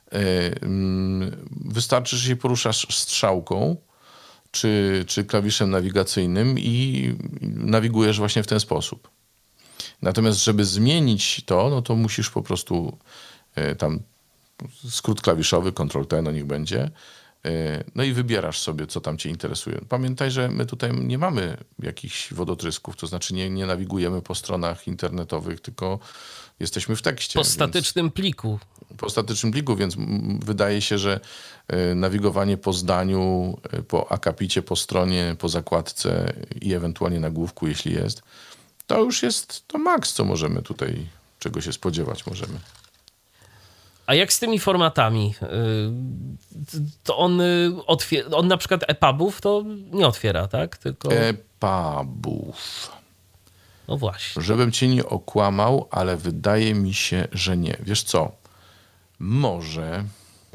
[SPEAKER 3] wystarczy, że się poruszasz strzałką czy klawiszem nawigacyjnym i nawigujesz właśnie w ten sposób. Natomiast żeby zmienić to, no to musisz po prostu tam skrót klawiszowy, Ctrl-T, no niech będzie, no i wybierasz sobie, co tam cię interesuje. Pamiętaj, że my tutaj nie mamy jakichś wodotrysków, to znaczy nie nawigujemy po stronach internetowych, tylko jesteśmy w tekście.
[SPEAKER 2] Po statycznym pliku.
[SPEAKER 3] Po statycznym pliku, więc wydaje się, że nawigowanie po zdaniu, po akapicie, po stronie, po zakładce i ewentualnie nagłówku, jeśli jest, to już jest to maks, co możemy tutaj czego się spodziewać możemy.
[SPEAKER 2] A jak z tymi formatami? To on na przykład EPUBów to nie otwiera, tak? Tylko...
[SPEAKER 3] EPUBów.
[SPEAKER 2] No właśnie.
[SPEAKER 3] Żebym cię nie okłamał, ale wydaje mi się, że nie. Wiesz co? Może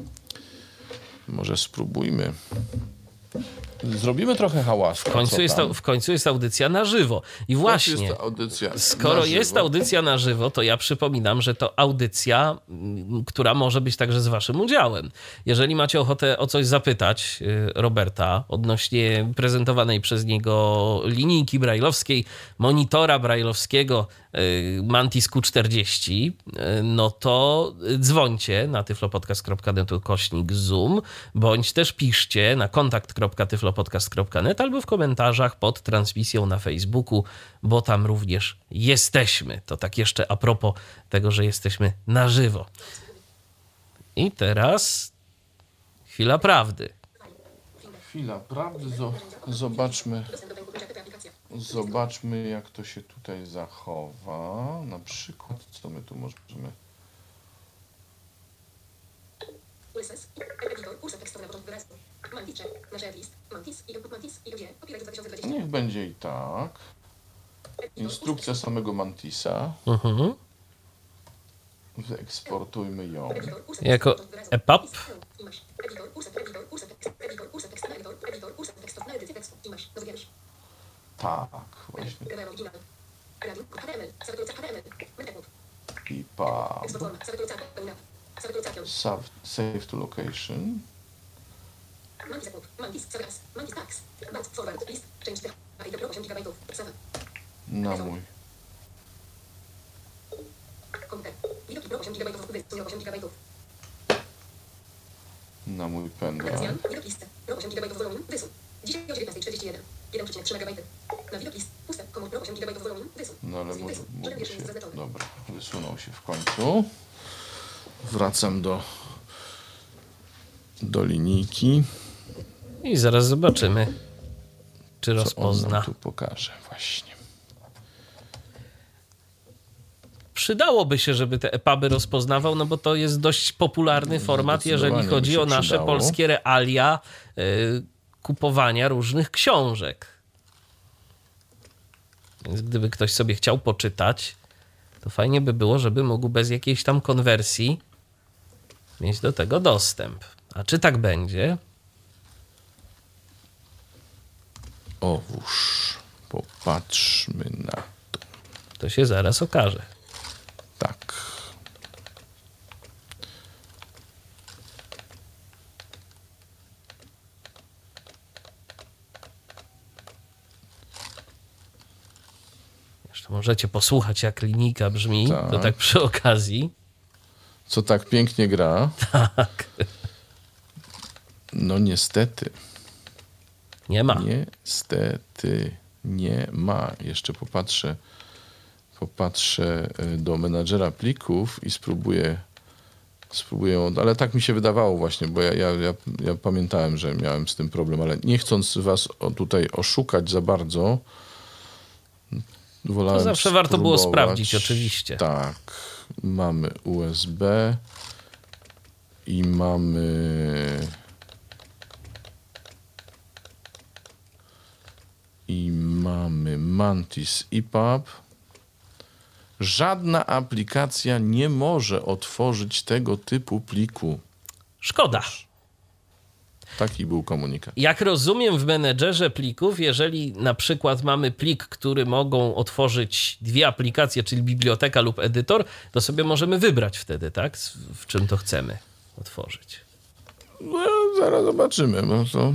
[SPEAKER 3] spróbujmy. Zrobimy trochę hałasu.
[SPEAKER 2] W końcu jest audycja na żywo. I właśnie, skoro jest audycja na żywo, to ja przypominam, że to audycja, która może być także z waszym udziałem. Jeżeli macie ochotę o coś zapytać Roberta odnośnie prezentowanej przez niego linijki brajlowskiej, monitora brajlowskiego Mantis Q40, no to dzwońcie na tyflopodcast.net/Zoom, bądź też piszcie na kontakt.tyflopodcast.net albo w komentarzach pod transmisją na Facebooku, bo tam również jesteśmy. To tak jeszcze a propos tego, że jesteśmy na żywo. I teraz chwila prawdy.
[SPEAKER 3] Chwila prawdy. Zobaczmy, jak to się tutaj zachowa. Na przykład, co my tu możemy... Niech będzie i tak. Instrukcja samego Mantisa. Wyeksportujmy ją.
[SPEAKER 2] Jako EPUB.
[SPEAKER 3] Tak, właśnie. EPUB. Save to location. Na mój. Na mój pendrive. No ale mógłby się... Dobra, wysunął się w końcu. Wracam do linijki.
[SPEAKER 2] I zaraz zobaczymy, czy
[SPEAKER 3] Co
[SPEAKER 2] rozpozna.
[SPEAKER 3] on nam tu pokaże właśnie.
[SPEAKER 2] Przydałoby się, żeby te EPUBy rozpoznawał, no bo to jest dość popularny format, jeżeli chodzi o nasze polskie realia kupowania różnych książek. Więc gdyby ktoś sobie chciał poczytać, to fajnie by było, żeby mógł bez jakiejś tam konwersji mieć do tego dostęp. A czy tak będzie?
[SPEAKER 3] Owóż, popatrzmy na to.
[SPEAKER 2] To się zaraz okaże.
[SPEAKER 3] Tak.
[SPEAKER 2] Jeszcze możecie posłuchać, jak linijka brzmi,
[SPEAKER 3] tak.
[SPEAKER 2] To tak przy okazji.
[SPEAKER 3] Co tak pięknie gra.
[SPEAKER 2] Tak.
[SPEAKER 3] No niestety.
[SPEAKER 2] Nie ma.
[SPEAKER 3] Niestety nie ma. Jeszcze popatrzę do menadżera plików i spróbuję, ale tak mi się wydawało właśnie, bo ja pamiętałem, że miałem z tym problem, ale nie chcąc was tutaj oszukać za bardzo, wolałem
[SPEAKER 2] To zawsze warto było sprawdzić, oczywiście.
[SPEAKER 3] Tak. Mamy USB i mamy Mantis EPUB. Żadna aplikacja nie może otworzyć tego typu pliku.
[SPEAKER 2] Szkoda.
[SPEAKER 3] Taki był komunikat.
[SPEAKER 2] Jak rozumiem, w menedżerze plików, jeżeli na przykład mamy plik, który mogą otworzyć dwie aplikacje, czyli biblioteka lub edytor, to sobie możemy wybrać wtedy, tak? W czym to chcemy otworzyć.
[SPEAKER 3] No, zaraz zobaczymy. No to...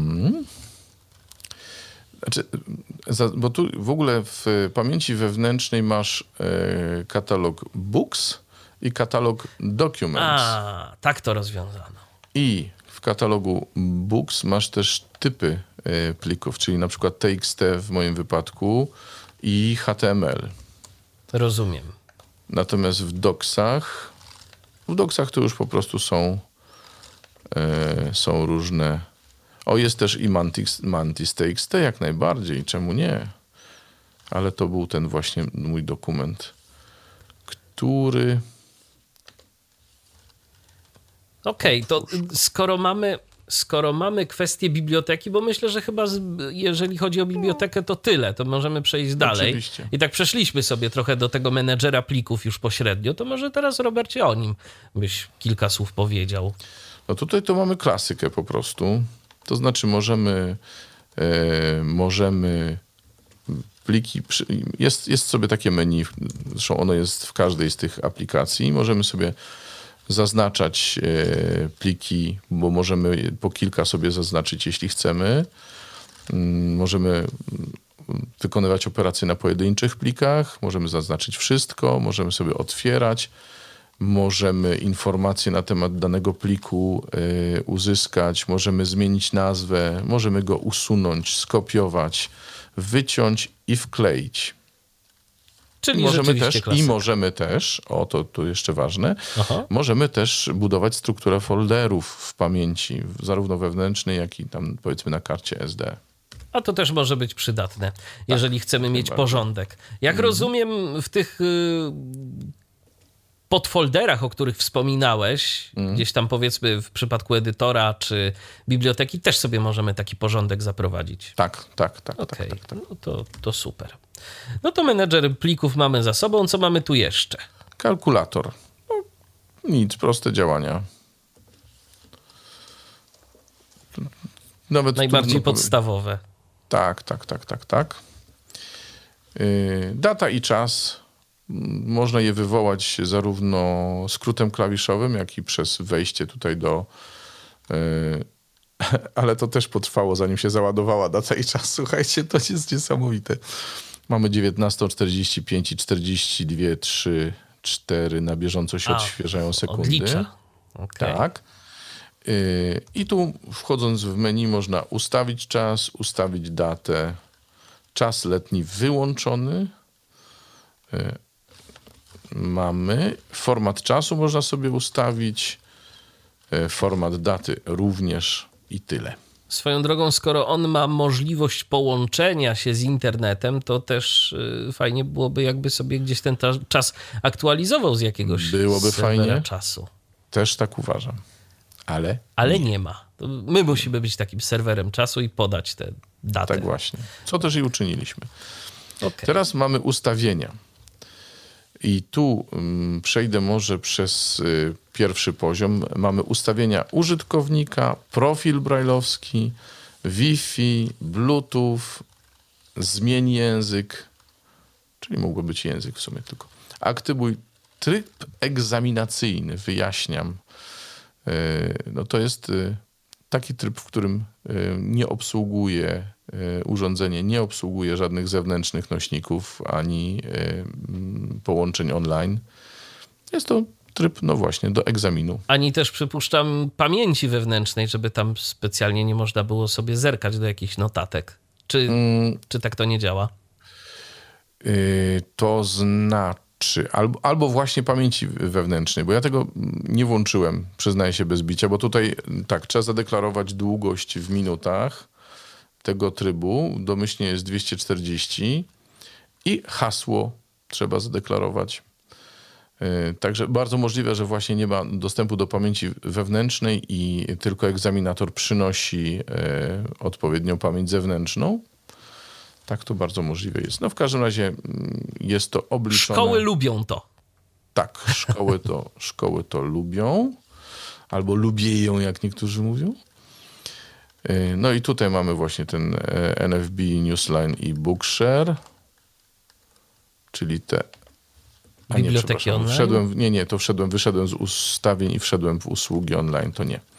[SPEAKER 3] Znaczy, bo tu w ogóle w pamięci wewnętrznej masz katalog Books i katalog Documents.
[SPEAKER 2] A, tak to rozwiązano.
[SPEAKER 3] I w katalogu Books masz też typy plików, czyli na przykład TXT w moim wypadku i HTML.
[SPEAKER 2] Rozumiem.
[SPEAKER 3] Natomiast w Docsach to już po prostu są różne... O, jest też i Mantis TXT jak najbardziej, czemu nie? Ale to był ten właśnie mój dokument, lektury.
[SPEAKER 2] Okej, to skoro mamy kwestię biblioteki, bo myślę, że chyba jeżeli chodzi o bibliotekę, to tyle, to możemy przejść dalej.
[SPEAKER 3] Oczywiście.
[SPEAKER 2] I tak przeszliśmy sobie trochę do tego menedżera plików już pośrednio, to może teraz, Robercie, o nim byś kilka słów powiedział.
[SPEAKER 3] No tutaj to mamy klasykę po prostu. To znaczy możemy pliki, jest sobie takie menu, zresztą ono jest w każdej z tych aplikacji, możemy sobie zaznaczać pliki, bo możemy po kilka sobie zaznaczyć, jeśli chcemy. Możemy wykonywać operacje na pojedynczych plikach, możemy zaznaczyć wszystko, możemy sobie otwierać, możemy informacje na temat danego pliku uzyskać, możemy zmienić nazwę, możemy go usunąć, skopiować, wyciąć i wkleić.
[SPEAKER 2] Czyli możemy też, to jeszcze ważne, możemy też budować strukturę folderów w pamięci, zarówno wewnętrznej, jak i tam powiedzmy na karcie SD. A to też może być przydatne, jeżeli chcemy mieć porządek. Jak rozumiem, w tych podfolderach, o których wspominałeś, gdzieś tam powiedzmy w przypadku edytora czy biblioteki, też sobie możemy taki porządek zaprowadzić.
[SPEAKER 3] Tak.
[SPEAKER 2] Okej, no to super. No to menedżer plików mamy za sobą. Co mamy tu jeszcze?
[SPEAKER 3] Kalkulator. No, nic, proste działania. Nawet
[SPEAKER 2] najbardziej podstawowe.
[SPEAKER 3] Tak. Data i czas. Można je wywołać zarówno skrótem klawiszowym, jak i przez wejście tutaj do... Ale to też potrwało, zanim się załadowała data i czas. Słuchajcie, to jest niesamowite. Mamy 19:45 i 42, 3, 4. Na bieżąco się odświeżają sekundy.
[SPEAKER 2] Odlicza. Okay.
[SPEAKER 3] Tak. I tu wchodząc w menu można ustawić czas, ustawić datę. Czas letni wyłączony. Mamy format czasu, można sobie ustawić. Format daty również i tyle.
[SPEAKER 2] Swoją drogą, skoro on ma możliwość połączenia się z internetem, to też fajnie byłoby, jakby sobie gdzieś ten czas aktualizował z jakiegoś fajnie czasu.
[SPEAKER 3] Też tak uważam.
[SPEAKER 2] Ale nie ma. My musimy być takim serwerem czasu i podać tę datę.
[SPEAKER 3] Tak właśnie. Co też i uczyniliśmy.
[SPEAKER 2] Okay.
[SPEAKER 3] Teraz mamy ustawienia. I tu przejdę może przez pierwszy poziom. Mamy ustawienia użytkownika, profil brajlowski, Wi-Fi, Bluetooth, zmień język, czyli mógłby być język w sumie tylko. Aktywuj tryb egzaminacyjny, wyjaśniam. No to jest taki tryb, w którym urządzenie nie obsługuje żadnych zewnętrznych nośników ani połączeń online. Jest to tryb, no właśnie, do egzaminu.
[SPEAKER 2] Ani też, przypuszczam, pamięci wewnętrznej, żeby tam specjalnie nie można było sobie zerkać do jakichś notatek. Czy tak to nie działa?
[SPEAKER 3] To znaczy, albo właśnie pamięci wewnętrznej, bo ja tego nie włączyłem, przyznaję się bez bicia, bo tutaj tak, trzeba zadeklarować długość w minutach tego trybu, domyślnie jest 240 i hasło trzeba zadeklarować. Także bardzo możliwe, że właśnie nie ma dostępu do pamięci wewnętrznej i tylko egzaminator przynosi odpowiednią pamięć zewnętrzną. Tak, to bardzo możliwe jest. No w każdym razie jest to obliczone.
[SPEAKER 2] Szkoły lubią to.
[SPEAKER 3] Tak, szkoły to lubią. Albo lubieją, jak niektórzy mówią. No i tutaj mamy właśnie ten NFB, Newsline i Bookshare. Czyli te...
[SPEAKER 2] Biblioteki online?
[SPEAKER 3] Wyszedłem z ustawień i wszedłem w usługi online, to nie.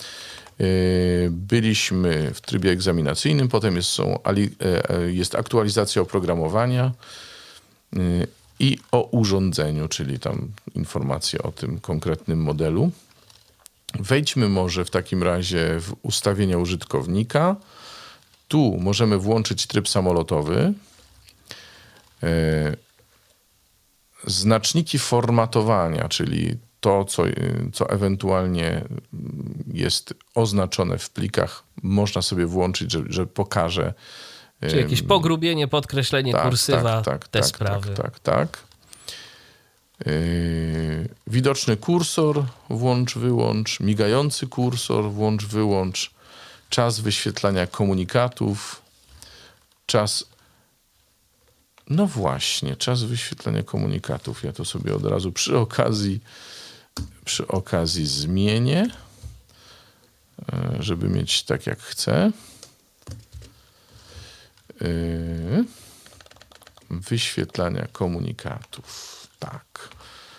[SPEAKER 3] Byliśmy w trybie egzaminacyjnym, potem jest aktualizacja oprogramowania i o urządzeniu, czyli tam informacje o tym konkretnym modelu. Wejdźmy może w takim razie w ustawienia użytkownika. Tu możemy włączyć tryb samolotowy. Znaczniki formatowania, czyli to, co ewentualnie jest oznaczone w plikach, można sobie włączyć, że pokaże.
[SPEAKER 2] Czyli jakieś pogrubienie, podkreślenie, kursywa, te sprawy.
[SPEAKER 3] Tak. Widoczny kursor, włącz-wyłącz, migający kursor, włącz-wyłącz, czas wyświetlania komunikatów, no właśnie, czas wyświetlania komunikatów. Ja to sobie od razu przy okazji zmienię, żeby mieć tak jak chcę. Wyświetlania komunikatów. Tak.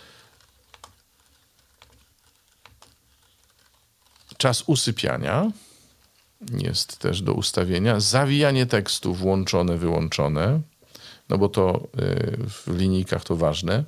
[SPEAKER 3] Czas usypiania jest też do ustawienia. Zawijanie tekstu włączone, wyłączone. No bo to w linijkach to ważne.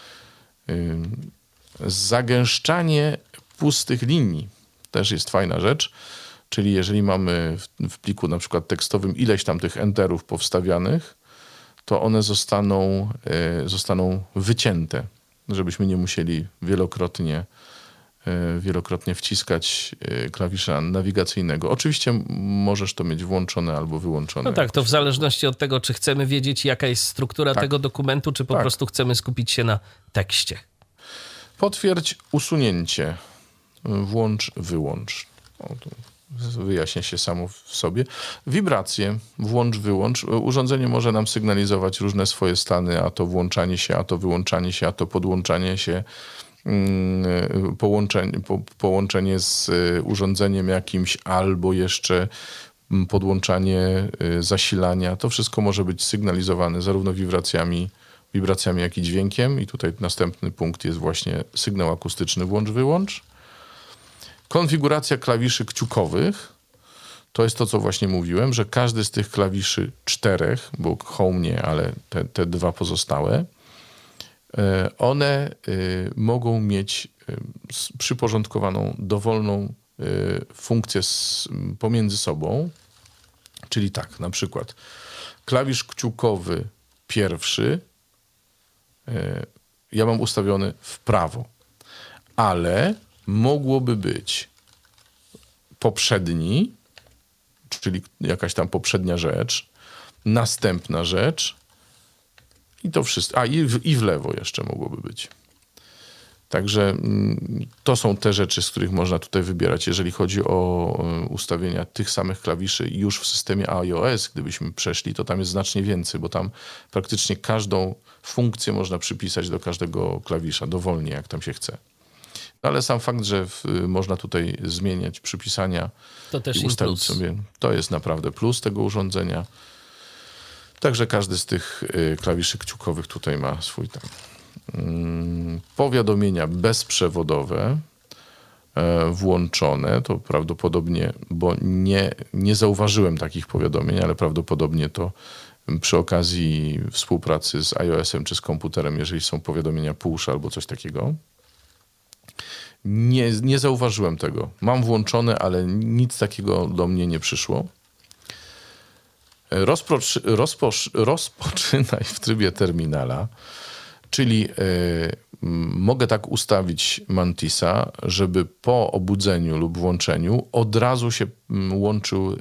[SPEAKER 3] Zagęszczanie pustych linii też jest fajna rzecz. Czyli jeżeli mamy w pliku na przykład tekstowym ileś tam tych enterów powstawianych, to one zostaną wycięte, żebyśmy nie musieli wielokrotnie wciskać klawisza nawigacyjnego. Oczywiście możesz to mieć włączone albo wyłączone.
[SPEAKER 2] No tak, to w zależności od tego, czy chcemy wiedzieć, jaka jest struktura tego dokumentu, czy po prostu chcemy skupić się na tekście.
[SPEAKER 3] Potwierdź usunięcie. Włącz, wyłącz. Wyjaśnia się samo w sobie. Wibracje, włącz, wyłącz. Urządzenie może nam sygnalizować różne swoje stany, a to włączanie się, a to wyłączanie się, a to podłączanie się, połączenie z urządzeniem jakimś, albo jeszcze podłączanie zasilania. To wszystko może być sygnalizowane zarówno wibracjami, jak i dźwiękiem. I tutaj następny punkt jest właśnie sygnał akustyczny włącz, wyłącz. Konfiguracja klawiszy kciukowych. To jest to, co właśnie mówiłem, że każdy z tych klawiszy 4, bo home nie, ale te 2 pozostałe, one mogą mieć przyporządkowaną dowolną funkcję pomiędzy sobą. Czyli tak, na przykład klawisz kciukowy 1 ja mam ustawiony w prawo, ale mogłoby być poprzedni, czyli jakaś tam poprzednia rzecz, następna rzecz i to wszystko. I w lewo jeszcze mogłoby być. Także to są te rzeczy, z których można tutaj wybierać. Jeżeli chodzi o ustawienia tych samych klawiszy już w systemie iOS, gdybyśmy przeszli, to tam jest znacznie więcej, bo tam praktycznie każdą funkcję można przypisać do każdego klawisza, dowolnie, jak tam się chce. No ale sam fakt, że można tutaj zmieniać przypisania
[SPEAKER 2] to też
[SPEAKER 3] i ustawić sobie, to jest naprawdę plus tego urządzenia. Także każdy z tych klawiszy kciukowych tutaj ma swój tam. Powiadomienia bezprzewodowe włączone, to prawdopodobnie, bo nie zauważyłem takich powiadomień, ale prawdopodobnie to przy okazji współpracy z iOS-em czy z komputerem, jeżeli są powiadomienia push albo coś takiego. Nie zauważyłem tego. Mam włączone, ale nic takiego do mnie nie przyszło. Rozpoczynaj w trybie terminala, czyli mogę tak ustawić Mantisa, żeby po obudzeniu lub włączeniu od razu się łączył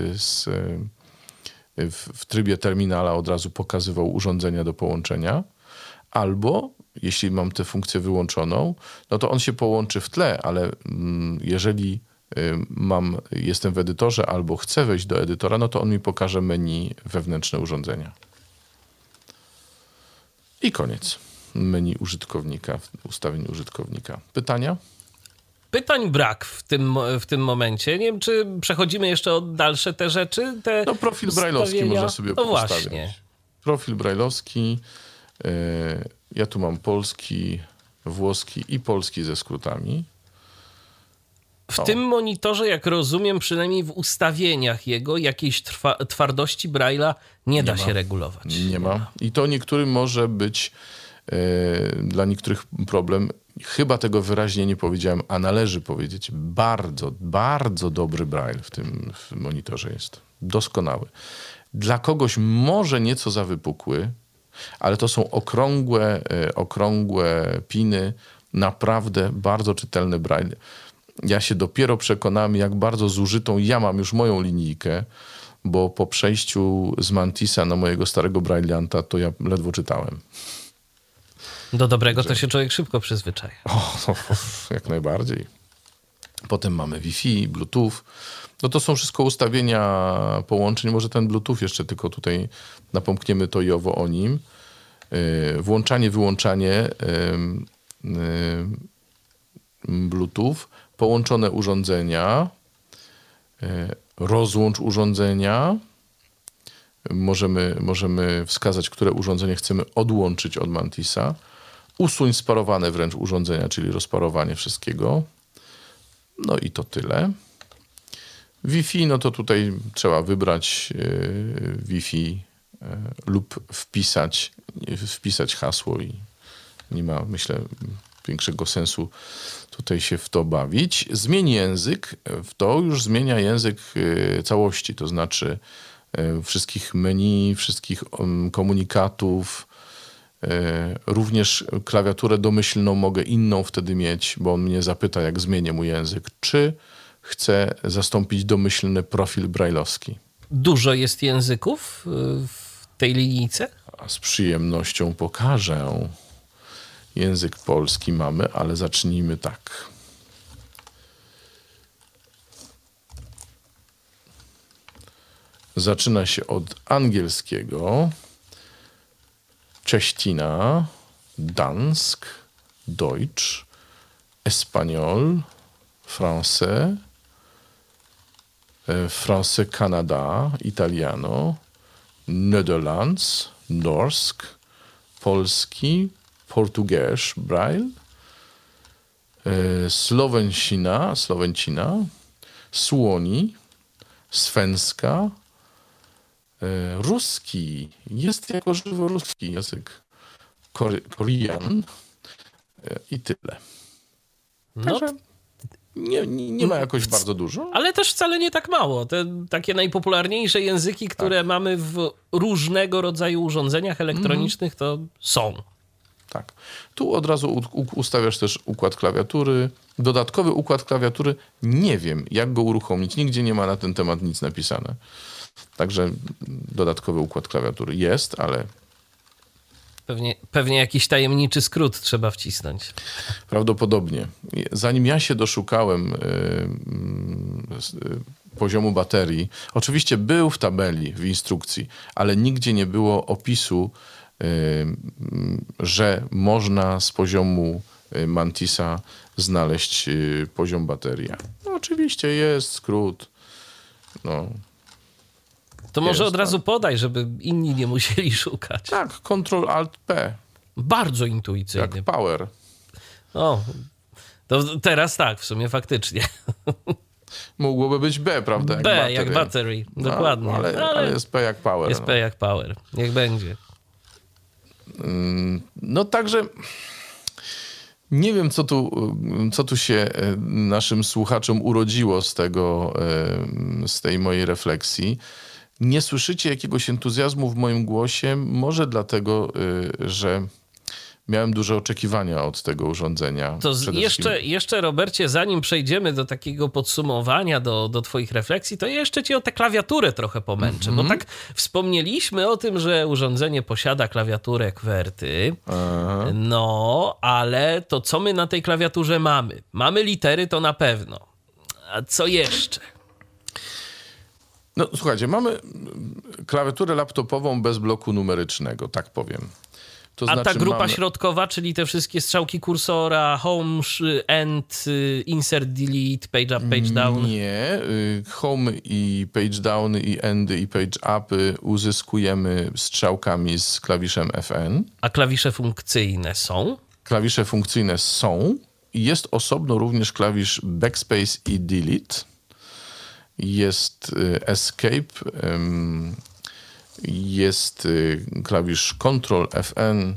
[SPEAKER 3] w trybie terminala, od razu pokazywał urządzenia do połączenia, albo jeśli mam tę funkcję wyłączoną, no to on się połączy w tle, ale jeżeli jestem w edytorze albo chcę wejść do edytora, no to on mi pokaże menu wewnętrzne urządzenia. I koniec. Menu użytkownika, ustawień użytkownika. Pytania?
[SPEAKER 2] Pytań brak w tym momencie. Nie wiem, czy przechodzimy jeszcze o dalsze te rzeczy?
[SPEAKER 3] No profil brajlowski można sobie postawić.
[SPEAKER 2] Właśnie.
[SPEAKER 3] Profil brajlowski. Ja tu mam polski, włoski i polski ze skrótami.
[SPEAKER 2] W tym monitorze, jak rozumiem, przynajmniej w ustawieniach jego, jakiejś twardości Braille'a nie da się regulować.
[SPEAKER 3] Nie ma. I to niektórym może być dla niektórych problem. Chyba tego wyraźnie nie powiedziałem, a należy powiedzieć. Bardzo, bardzo dobry Braille w tym monitorze jest. Doskonały. Dla kogoś może nieco za wypukły, ale to są okrągłe piny. Naprawdę bardzo czytelny Braille. Ja się dopiero przekonałem, jak bardzo zużytą ja mam już moją linijkę, bo po przejściu z Mantisa na mojego starego Brailleanta to ja ledwo czytałem.
[SPEAKER 2] Do dobrego to się człowiek szybko przyzwyczaja.
[SPEAKER 3] Jak najbardziej. Potem mamy Wi-Fi, Bluetooth. No to są wszystko ustawienia połączeń. Może ten Bluetooth jeszcze tylko tutaj napomkniemy to i owo o nim. Włączanie, wyłączanie Bluetooth, połączone urządzenia, rozłącz urządzenia. Możemy wskazać, które urządzenie chcemy odłączyć od Mantisa. Usuń sparowane wręcz urządzenia, czyli rozparowanie wszystkiego. No i to tyle. Wi-Fi, no to tutaj trzeba wybrać Wi-Fi lub wpisać hasło i nie ma, myślę, większego sensu tutaj się w to bawić. Zmień język, to już zmienia język całości, to znaczy wszystkich menu, wszystkich komunikatów. Również klawiaturę domyślną mogę inną wtedy mieć, bo on mnie zapyta, jak zmienię mu język, czy chcę zastąpić domyślny profil brajlowski.
[SPEAKER 2] Dużo jest języków w tej linijce?
[SPEAKER 3] A z przyjemnością pokażę. Język polski mamy, ale zacznijmy tak. Zaczyna się od angielskiego, cześćtina, dansk, deutsch, espanol, français, français Canada, italiano, Netherlands, norsk, polski, portugiesz, braille, Slowencina, słoni, svenska, ruski, jest jako żywo ruski język, Korean i tyle.
[SPEAKER 2] No,
[SPEAKER 3] Także nie ma jakoś bardzo dużo.
[SPEAKER 2] ale też wcale nie tak mało. Te takie najpopularniejsze języki, które mamy w różnego rodzaju urządzeniach elektronicznych, to są.
[SPEAKER 3] Tak. Tu od razu ustawiasz też układ klawiatury. Dodatkowy układ klawiatury, nie wiem, jak go uruchomić. Nigdzie nie ma na ten temat nic napisane. Także dodatkowy układ klawiatury jest, ale...
[SPEAKER 2] Pewnie jakiś tajemniczy skrót trzeba wcisnąć.
[SPEAKER 3] Prawdopodobnie. Zanim ja się doszukałem poziomu baterii, oczywiście był w tabeli, w instrukcji, ale nigdzie nie było opisu, że można z poziomu Mantisa znaleźć poziom baterii. No, oczywiście jest skrót. No.
[SPEAKER 2] To może
[SPEAKER 3] Jest,
[SPEAKER 2] od razu
[SPEAKER 3] tak.
[SPEAKER 2] podaj, żeby inni nie musieli szukać.
[SPEAKER 3] Tak, Ctrl-Alt-P,
[SPEAKER 2] Bardzo intuicyjny.
[SPEAKER 3] jak power.
[SPEAKER 2] O, to teraz tak, w sumie faktycznie.
[SPEAKER 3] Mogłoby być B, prawda?
[SPEAKER 2] B jak battery, dokładnie.
[SPEAKER 3] No, ale jest P jak power.
[SPEAKER 2] Jest P jak power, niech będzie.
[SPEAKER 3] No także nie wiem, co tu się naszym słuchaczom urodziło z tej mojej refleksji. Nie słyszycie jakiegoś entuzjazmu w moim głosie, może dlatego, że miałem duże oczekiwania od tego urządzenia.
[SPEAKER 2] To jeszcze, Robercie, zanim przejdziemy do takiego podsumowania, do twoich refleksji, to jeszcze cię o tę klawiaturę trochę pomęczę, bo tak wspomnieliśmy o tym, że urządzenie posiada klawiaturę QWERTY, no, ale to co my na tej klawiaturze mamy? Mamy litery, to na pewno. A co jeszcze?
[SPEAKER 3] No słuchajcie, mamy klawiaturę laptopową bez bloku numerycznego, tak powiem. To
[SPEAKER 2] A
[SPEAKER 3] znaczy
[SPEAKER 2] ta grupa środkowa, czyli te wszystkie strzałki kursora, home, end, insert, delete, page up, page down?
[SPEAKER 3] Nie. Home i page down i endy i page upy uzyskujemy strzałkami z klawiszem FN.
[SPEAKER 2] A klawisze funkcyjne są?
[SPEAKER 3] Klawisze funkcyjne są. Jest osobno również klawisz backspace i delete. Jest escape. Jest klawisz Ctrl FN,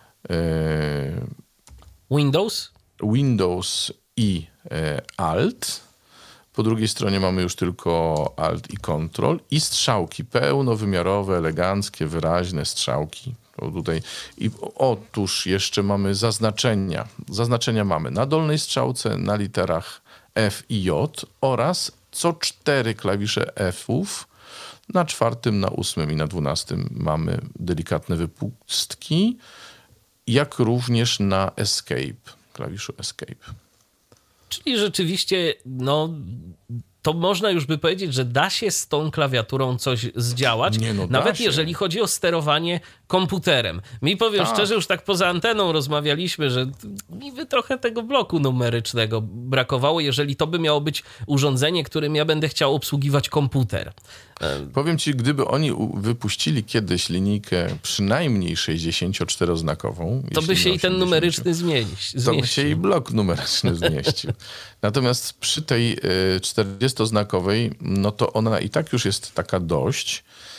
[SPEAKER 3] Windows i Alt. Po drugiej stronie mamy już tylko Alt i Ctrl i strzałki pełnowymiarowe, eleganckie, wyraźne strzałki. Tutaj. I otóż jeszcze mamy zaznaczenia. Zaznaczenia mamy na dolnej strzałce, na literach F i J oraz co 4 klawisze F-ów. Na 4., na 8. i na 12 mamy delikatne wypustki. jak również na Escape, klawiszu Escape.
[SPEAKER 2] Czyli rzeczywiście, no, to można już by powiedzieć, że da się z tą klawiaturą coś zdziałać, nawet jeżeli chodzi o sterowanie komputerem. Mi powiem szczerze, już tak poza anteną rozmawialiśmy, że mi by trochę tego bloku numerycznego brakowało, jeżeli to by miało być urządzenie, którym ja będę chciał obsługiwać komputer.
[SPEAKER 3] Powiem ci, gdyby oni wypuścili kiedyś linijkę przynajmniej 64-znakową,
[SPEAKER 2] to by się i ten numeryczny zmieścił.
[SPEAKER 3] To by się i blok numeryczny zmieścił. Natomiast przy tej 40-znakowej, no to ona i tak już jest taka dość.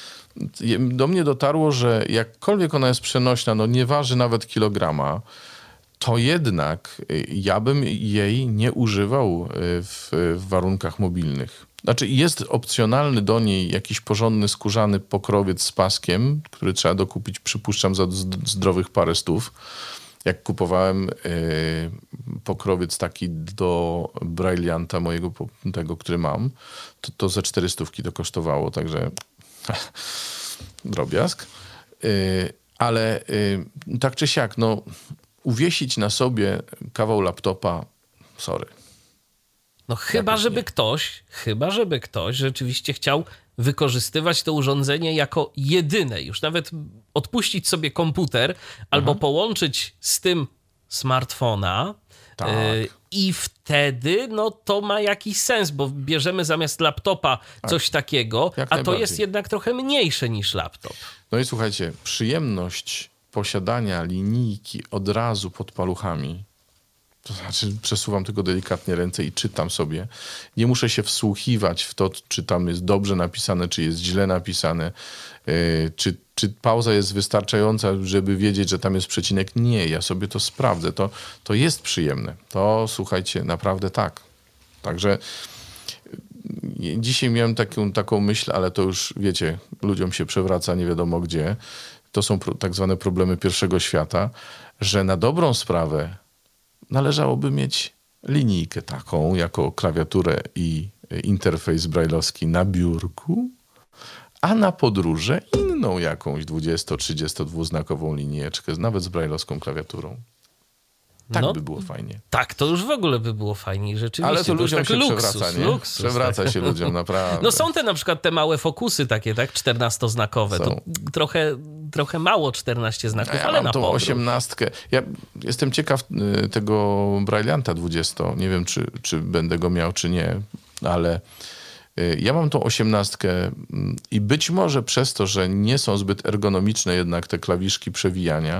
[SPEAKER 3] Do mnie dotarło, że jakkolwiek ona jest przenośna, no nie waży nawet kilograma, to jednak ja bym jej nie używał w warunkach mobilnych. Znaczy jest opcjonalny do niej jakiś porządny skórzany pokrowiec z paskiem, który trzeba dokupić, przypuszczam, za zdrowych parę stów. Jak kupowałem pokrowiec taki do Brailleanta mojego, tego, który mam, to ze 400 to kosztowało, także drobiazg. Ale tak czy siak, no uwiesić na sobie kawał laptopa, sorry.
[SPEAKER 2] No chyba żeby ktoś rzeczywiście chciał wykorzystywać to urządzenie jako jedyne. Już nawet odpuścić sobie komputer albo połączyć z tym smartfona.
[SPEAKER 3] Tak.
[SPEAKER 2] I wtedy no to ma jakiś sens, bo bierzemy zamiast laptopa coś takiego, a to jest jednak trochę mniejsze niż laptop.
[SPEAKER 3] No i słuchajcie, przyjemność posiadania linijki od razu pod paluchami, to znaczy przesuwam tylko delikatnie ręce i czytam sobie. Nie muszę się wsłuchiwać w to, czy tam jest dobrze napisane, czy jest źle napisane, czy pauza jest wystarczająca, żeby wiedzieć, że tam jest przecinek. Nie, ja sobie to sprawdzę. To jest przyjemne. To słuchajcie, naprawdę tak. Także dzisiaj miałem taką myśl, ale to już wiecie, ludziom się przewraca nie wiadomo gdzie. To są tak zwane problemy pierwszego świata, że na dobrą sprawę należałoby mieć linijkę taką, jako klawiaturę i interfejs brajlowski na biurku, a na podróże inną jakąś 20-32-znakową linijeczkę, nawet z brajlowską klawiaturą. Tak by było fajnie.
[SPEAKER 2] Tak, to już w ogóle by było fajnie, rzeczywiście.
[SPEAKER 3] Ale to ludziom się przewraca, nie?
[SPEAKER 2] Luksus,
[SPEAKER 3] przewraca się ludziom, naprawdę.
[SPEAKER 2] No są na przykład te małe fokusy takie, tak? 14-znakowe. To trochę mało 14 znaków,
[SPEAKER 3] ja
[SPEAKER 2] ale
[SPEAKER 3] mam
[SPEAKER 2] na
[SPEAKER 3] tą
[SPEAKER 2] podróż.
[SPEAKER 3] 18. Ja jestem ciekaw tego Brailleanta 20. Nie wiem, czy będę go miał, czy nie, ale ja mam tą 18 i być może przez to, że nie są zbyt ergonomiczne jednak te klawiszki przewijania,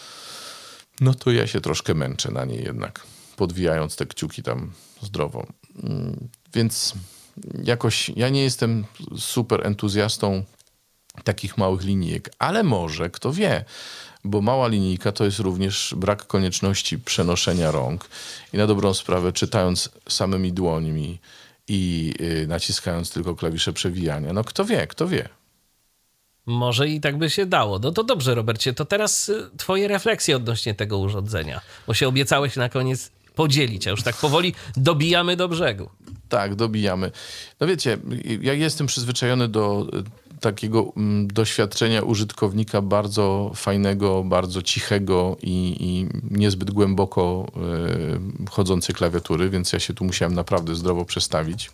[SPEAKER 3] no to ja się troszkę męczę na niej jednak, podwijając te kciuki tam zdrowo. Więc jakoś ja nie jestem super entuzjastą takich małych linijek, ale może, kto wie, bo mała linijka to jest również brak konieczności przenoszenia rąk i na dobrą sprawę czytając samymi dłońmi i naciskając tylko klawisze przewijania. No kto wie.
[SPEAKER 2] Może i tak by się dało. No to dobrze, Robercie, to teraz twoje refleksje odnośnie tego urządzenia, bo się obiecałeś na koniec podzielić, a już tak powoli dobijamy do brzegu.
[SPEAKER 3] Tak, dobijamy. No wiecie, ja jestem przyzwyczajony do takiego doświadczenia użytkownika bardzo fajnego, bardzo cichego i niezbyt głęboko chodzącej klawiatury, więc ja się tu musiałem naprawdę zdrowo przestawić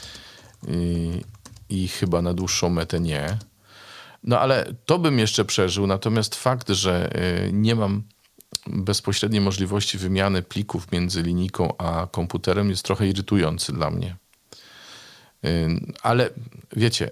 [SPEAKER 3] i chyba na dłuższą metę nie. No ale to bym jeszcze przeżył, natomiast fakt, że nie mam bezpośredniej możliwości wymiany plików między linijką a komputerem jest trochę irytujący dla mnie. Ale wiecie,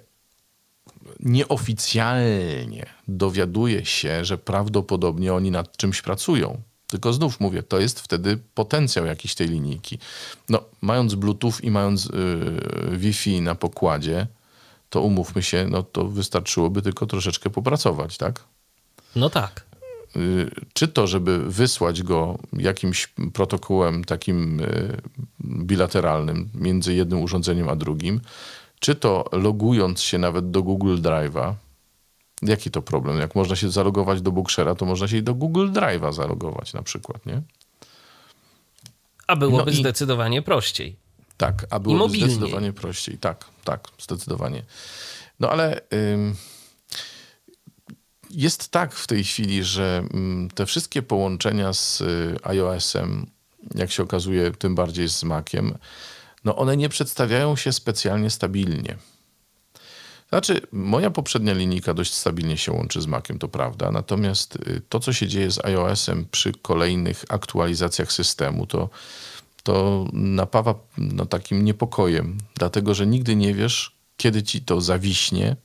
[SPEAKER 3] nieoficjalnie dowiaduję się, że prawdopodobnie oni nad czymś pracują. Tylko znów mówię, to jest wtedy potencjał jakiś tej linijki. No, mając Bluetooth i mając Wi-Fi na pokładzie, to umówmy się, no to wystarczyłoby tylko troszeczkę popracować, tak?
[SPEAKER 2] No tak.
[SPEAKER 3] Czy to, żeby wysłać go jakimś protokołem takim bilateralnym między jednym urządzeniem a drugim, czy to logując się nawet do Google Drive'a. Jaki to problem? Jak można się zalogować do Bookshera, to można się i do Google Drive'a zalogować na przykład, nie?
[SPEAKER 2] A byłoby zdecydowanie prościej.
[SPEAKER 3] Tak, a byłoby zdecydowanie prościej. Tak, zdecydowanie. No ale Jest tak w tej chwili, że te wszystkie połączenia z iOS-em, jak się okazuje, tym bardziej z Maciem, no one nie przedstawiają się specjalnie stabilnie. Znaczy, moja poprzednia linijka dość stabilnie się łączy z Maciem, to prawda, natomiast to, co się dzieje z iOS-em przy kolejnych aktualizacjach systemu, to napawa takim niepokojem, dlatego że nigdy nie wiesz, kiedy ci to zawiśnie,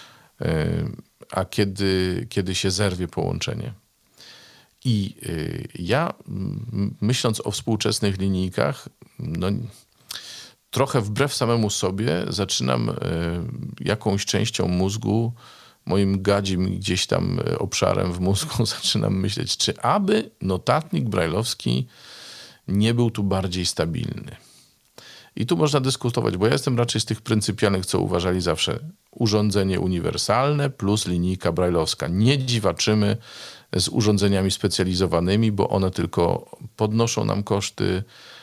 [SPEAKER 3] a kiedy się zerwie połączenie. I ja, myśląc o współczesnych linijkach, no, trochę wbrew samemu sobie zaczynam jakąś częścią mózgu, moim gadzim gdzieś tam obszarem w mózgu zaczynam myśleć, czy aby notatnik brajlowski nie był tu bardziej stabilny. I tu można dyskutować, bo ja jestem raczej z tych pryncypialnych, co uważali zawsze urządzenie uniwersalne plus linijka brajlowska. Nie dziwaczymy z urządzeniami specjalizowanymi, bo one tylko podnoszą nam koszty,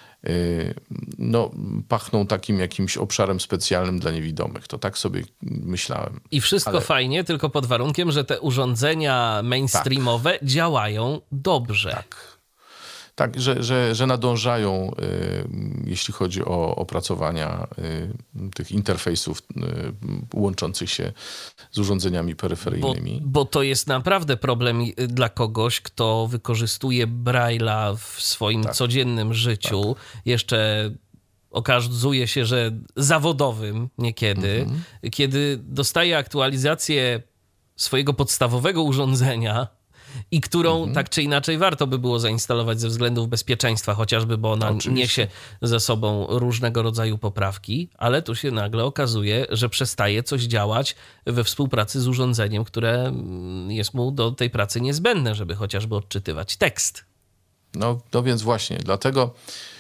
[SPEAKER 3] no, pachną takim jakimś obszarem specjalnym dla niewidomych. To tak sobie myślałem.
[SPEAKER 2] I wszystko fajnie, tylko pod warunkiem, że te urządzenia mainstreamowe działają dobrze.
[SPEAKER 3] Tak, że nadążają, jeśli chodzi o opracowania tych interfejsów łączących się z urządzeniami peryferyjnymi.
[SPEAKER 2] Bo to jest naprawdę problem dla kogoś, kto wykorzystuje Braille'a w swoim codziennym życiu. Jeszcze okazuje się, że zawodowym niekiedy, kiedy dostaje aktualizację swojego podstawowego urządzenia, i którą tak czy inaczej warto by było zainstalować ze względów bezpieczeństwa, chociażby, bo ona niesie ze sobą różnego rodzaju poprawki, ale tu się nagle okazuje, że przestaje coś działać we współpracy z urządzeniem, które jest mu do tej pracy niezbędne, żeby chociażby odczytywać tekst.
[SPEAKER 3] No więc właśnie, dlatego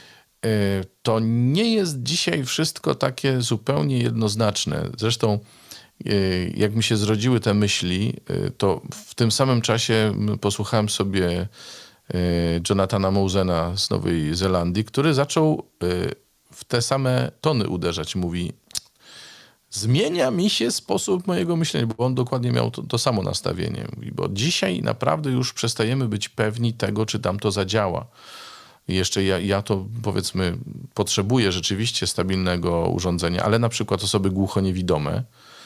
[SPEAKER 3] to nie jest dzisiaj wszystko takie zupełnie jednoznaczne. Zresztą jak mi się zrodziły te myśli, to w tym samym czasie posłuchałem sobie Jonathana Mosena z Nowej Zelandii, który zaczął w te same tony uderzać. Mówi, zmienia mi się sposób mojego myślenia, bo on dokładnie miał to samo nastawienie. Mówi, bo dzisiaj naprawdę już przestajemy być pewni tego, czy tam to zadziała. I jeszcze ja to, powiedzmy, potrzebuję rzeczywiście stabilnego urządzenia, ale na przykład osoby głuchoniewidome,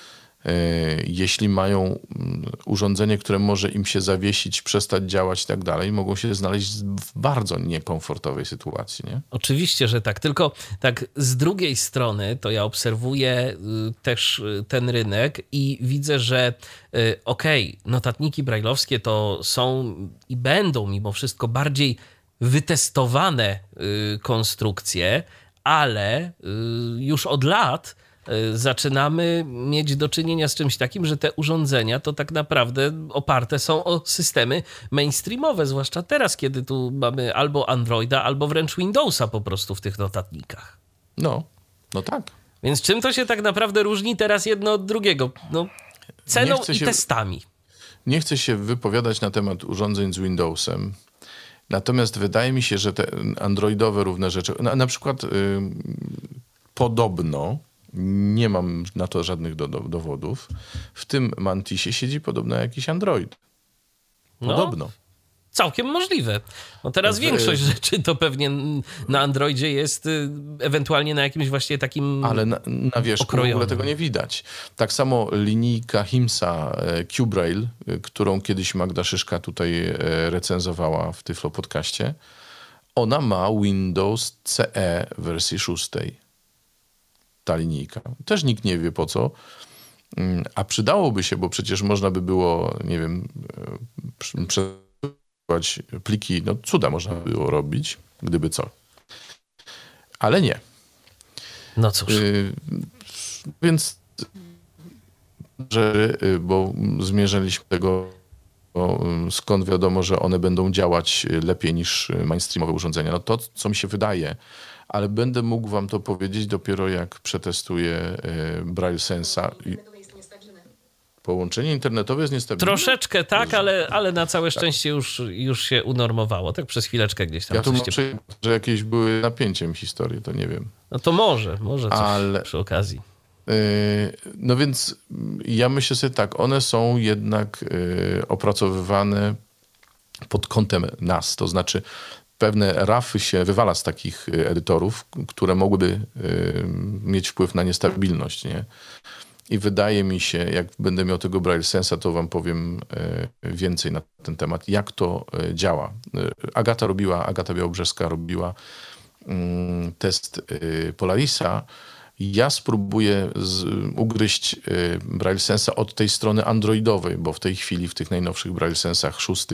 [SPEAKER 3] jeśli mają urządzenie, które może im się zawiesić, przestać działać i tak dalej, mogą się znaleźć w bardzo niekomfortowej sytuacji. Nie?
[SPEAKER 2] Oczywiście, że tak. Tylko tak z drugiej strony to ja obserwuję też ten rynek i widzę, że notatniki brajlowskie to są i będą mimo wszystko bardziej wytestowane konstrukcje, ale już od lat zaczynamy mieć do czynienia z czymś takim, że te urządzenia to tak naprawdę oparte są o systemy mainstreamowe, zwłaszcza teraz, kiedy tu mamy albo Androida, albo wręcz Windowsa po prostu w tych notatnikach.
[SPEAKER 3] No tak.
[SPEAKER 2] Więc czym to się tak naprawdę różni teraz jedno od drugiego? No, ceną i testami.
[SPEAKER 3] Nie chcę się wypowiadać na temat urządzeń z Windowsem, natomiast wydaje mi się, że te androidowe równe rzeczy, na przykład podobno, nie mam na to żadnych dowodów, w tym Mantisie siedzi podobno jakiś Android. Podobno.
[SPEAKER 2] Całkiem możliwe. No teraz większość rzeczy to pewnie na Androidzie jest, ewentualnie na jakimś właśnie takim
[SPEAKER 3] ale na wierzchu okrojonym. W ogóle tego nie widać. Tak samo linijka Himsa Q-Braille, którą kiedyś Magda Szyszka tutaj recenzowała w Tyflo Podcaście, ona ma Windows CE wersji 6. Ta linijka. Też nikt nie wie po co, a przydałoby się, bo przecież można by było, nie wiem, przesyłać pliki, no cuda można by było robić, gdyby co. Ale nie.
[SPEAKER 2] No cóż.
[SPEAKER 3] Więc, bo zmierzaliśmy do tego, skąd wiadomo, że one będą działać lepiej niż mainstreamowe urządzenia. No to, co mi się wydaje, ale będę mógł wam to powiedzieć dopiero jak przetestuję Braille Sensa. Połączenie internetowe jest niestabilne?
[SPEAKER 2] Troszeczkę tak, ale na całe szczęście już się unormowało. Tak przez chwileczkę gdzieś tam.
[SPEAKER 3] Ja tu mam że jakieś były napięciem historii, to nie wiem.
[SPEAKER 2] No to może coś przy okazji.
[SPEAKER 3] No więc ja myślę sobie tak, one są jednak opracowywane pod kątem nas, to znaczy pewne rafy się wywala z takich edytorów, które mogłyby mieć wpływ na niestabilność, nie? I wydaje mi się, jak będę miał tego Braille Sensa, to wam powiem więcej na ten temat, jak to działa. Agata Białobrzeska robiła test Polarisa. Ja spróbuję ugryźć Braille Sensa od tej strony androidowej, bo w tej chwili w tych najnowszych Braille Sensach 6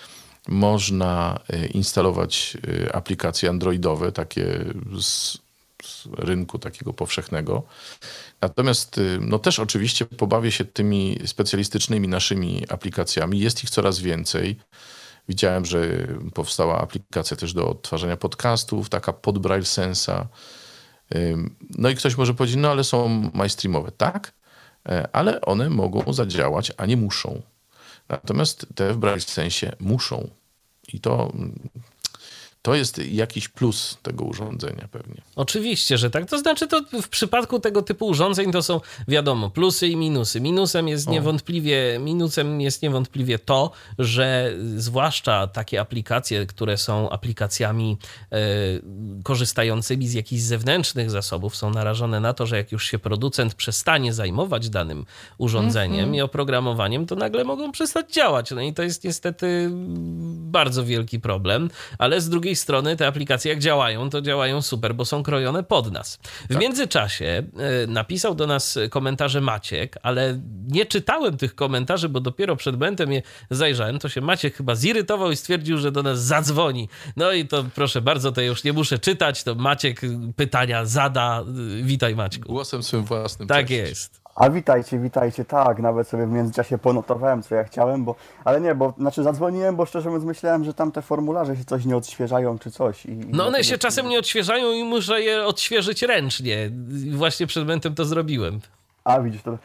[SPEAKER 3] można instalować aplikacje androidowe, takie z rynku takiego powszechnego. Natomiast no też oczywiście pobawię się tymi specjalistycznymi naszymi aplikacjami. Jest ich coraz więcej. Widziałem, że powstała aplikacja też do odtwarzania podcastów, taka pod Braille Sensa. No i ktoś może powiedzieć, no ale są mainstreamowe. Tak, ale one mogą zadziałać, a nie muszą. Natomiast te w Braille Sensie muszą. I to jest jakiś plus tego urządzenia pewnie.
[SPEAKER 2] Oczywiście, że tak. To znaczy, to w przypadku tego typu urządzeń to są, wiadomo, plusy i minusy. Minusem jest niewątpliwie to, że zwłaszcza takie aplikacje, które są aplikacjami korzystającymi z jakichś zewnętrznych zasobów, są narażone na to, że jak już się producent przestanie zajmować danym urządzeniem i oprogramowaniem, to nagle mogą przestać działać. No i to jest niestety bardzo wielki problem, ale z drugiej strony te aplikacje jak działają, to działają super, bo są krojone pod nas. W międzyczasie napisał do nas komentarze Maciek, ale nie czytałem tych komentarzy, bo dopiero przed momentem je zajrzałem, to się Maciek chyba zirytował i stwierdził, że do nas zadzwoni. No i to proszę bardzo, to już nie muszę czytać, to Maciek pytania zada. Witaj, Maćku.
[SPEAKER 3] Głosem swym własnym.
[SPEAKER 2] Tak
[SPEAKER 3] cześć.
[SPEAKER 2] jest.
[SPEAKER 4] A witajcie, tak, nawet sobie w międzyczasie ponotowałem, co ja chciałem, zadzwoniłem, bo szczerze mówiąc myślałem, że tam te formularze się coś nie odświeżają, czy coś.
[SPEAKER 2] No one się czasem nie odświeżają i muszę je odświeżyć ręcznie. Właśnie przed momentem to zrobiłem.
[SPEAKER 4] A widzisz to.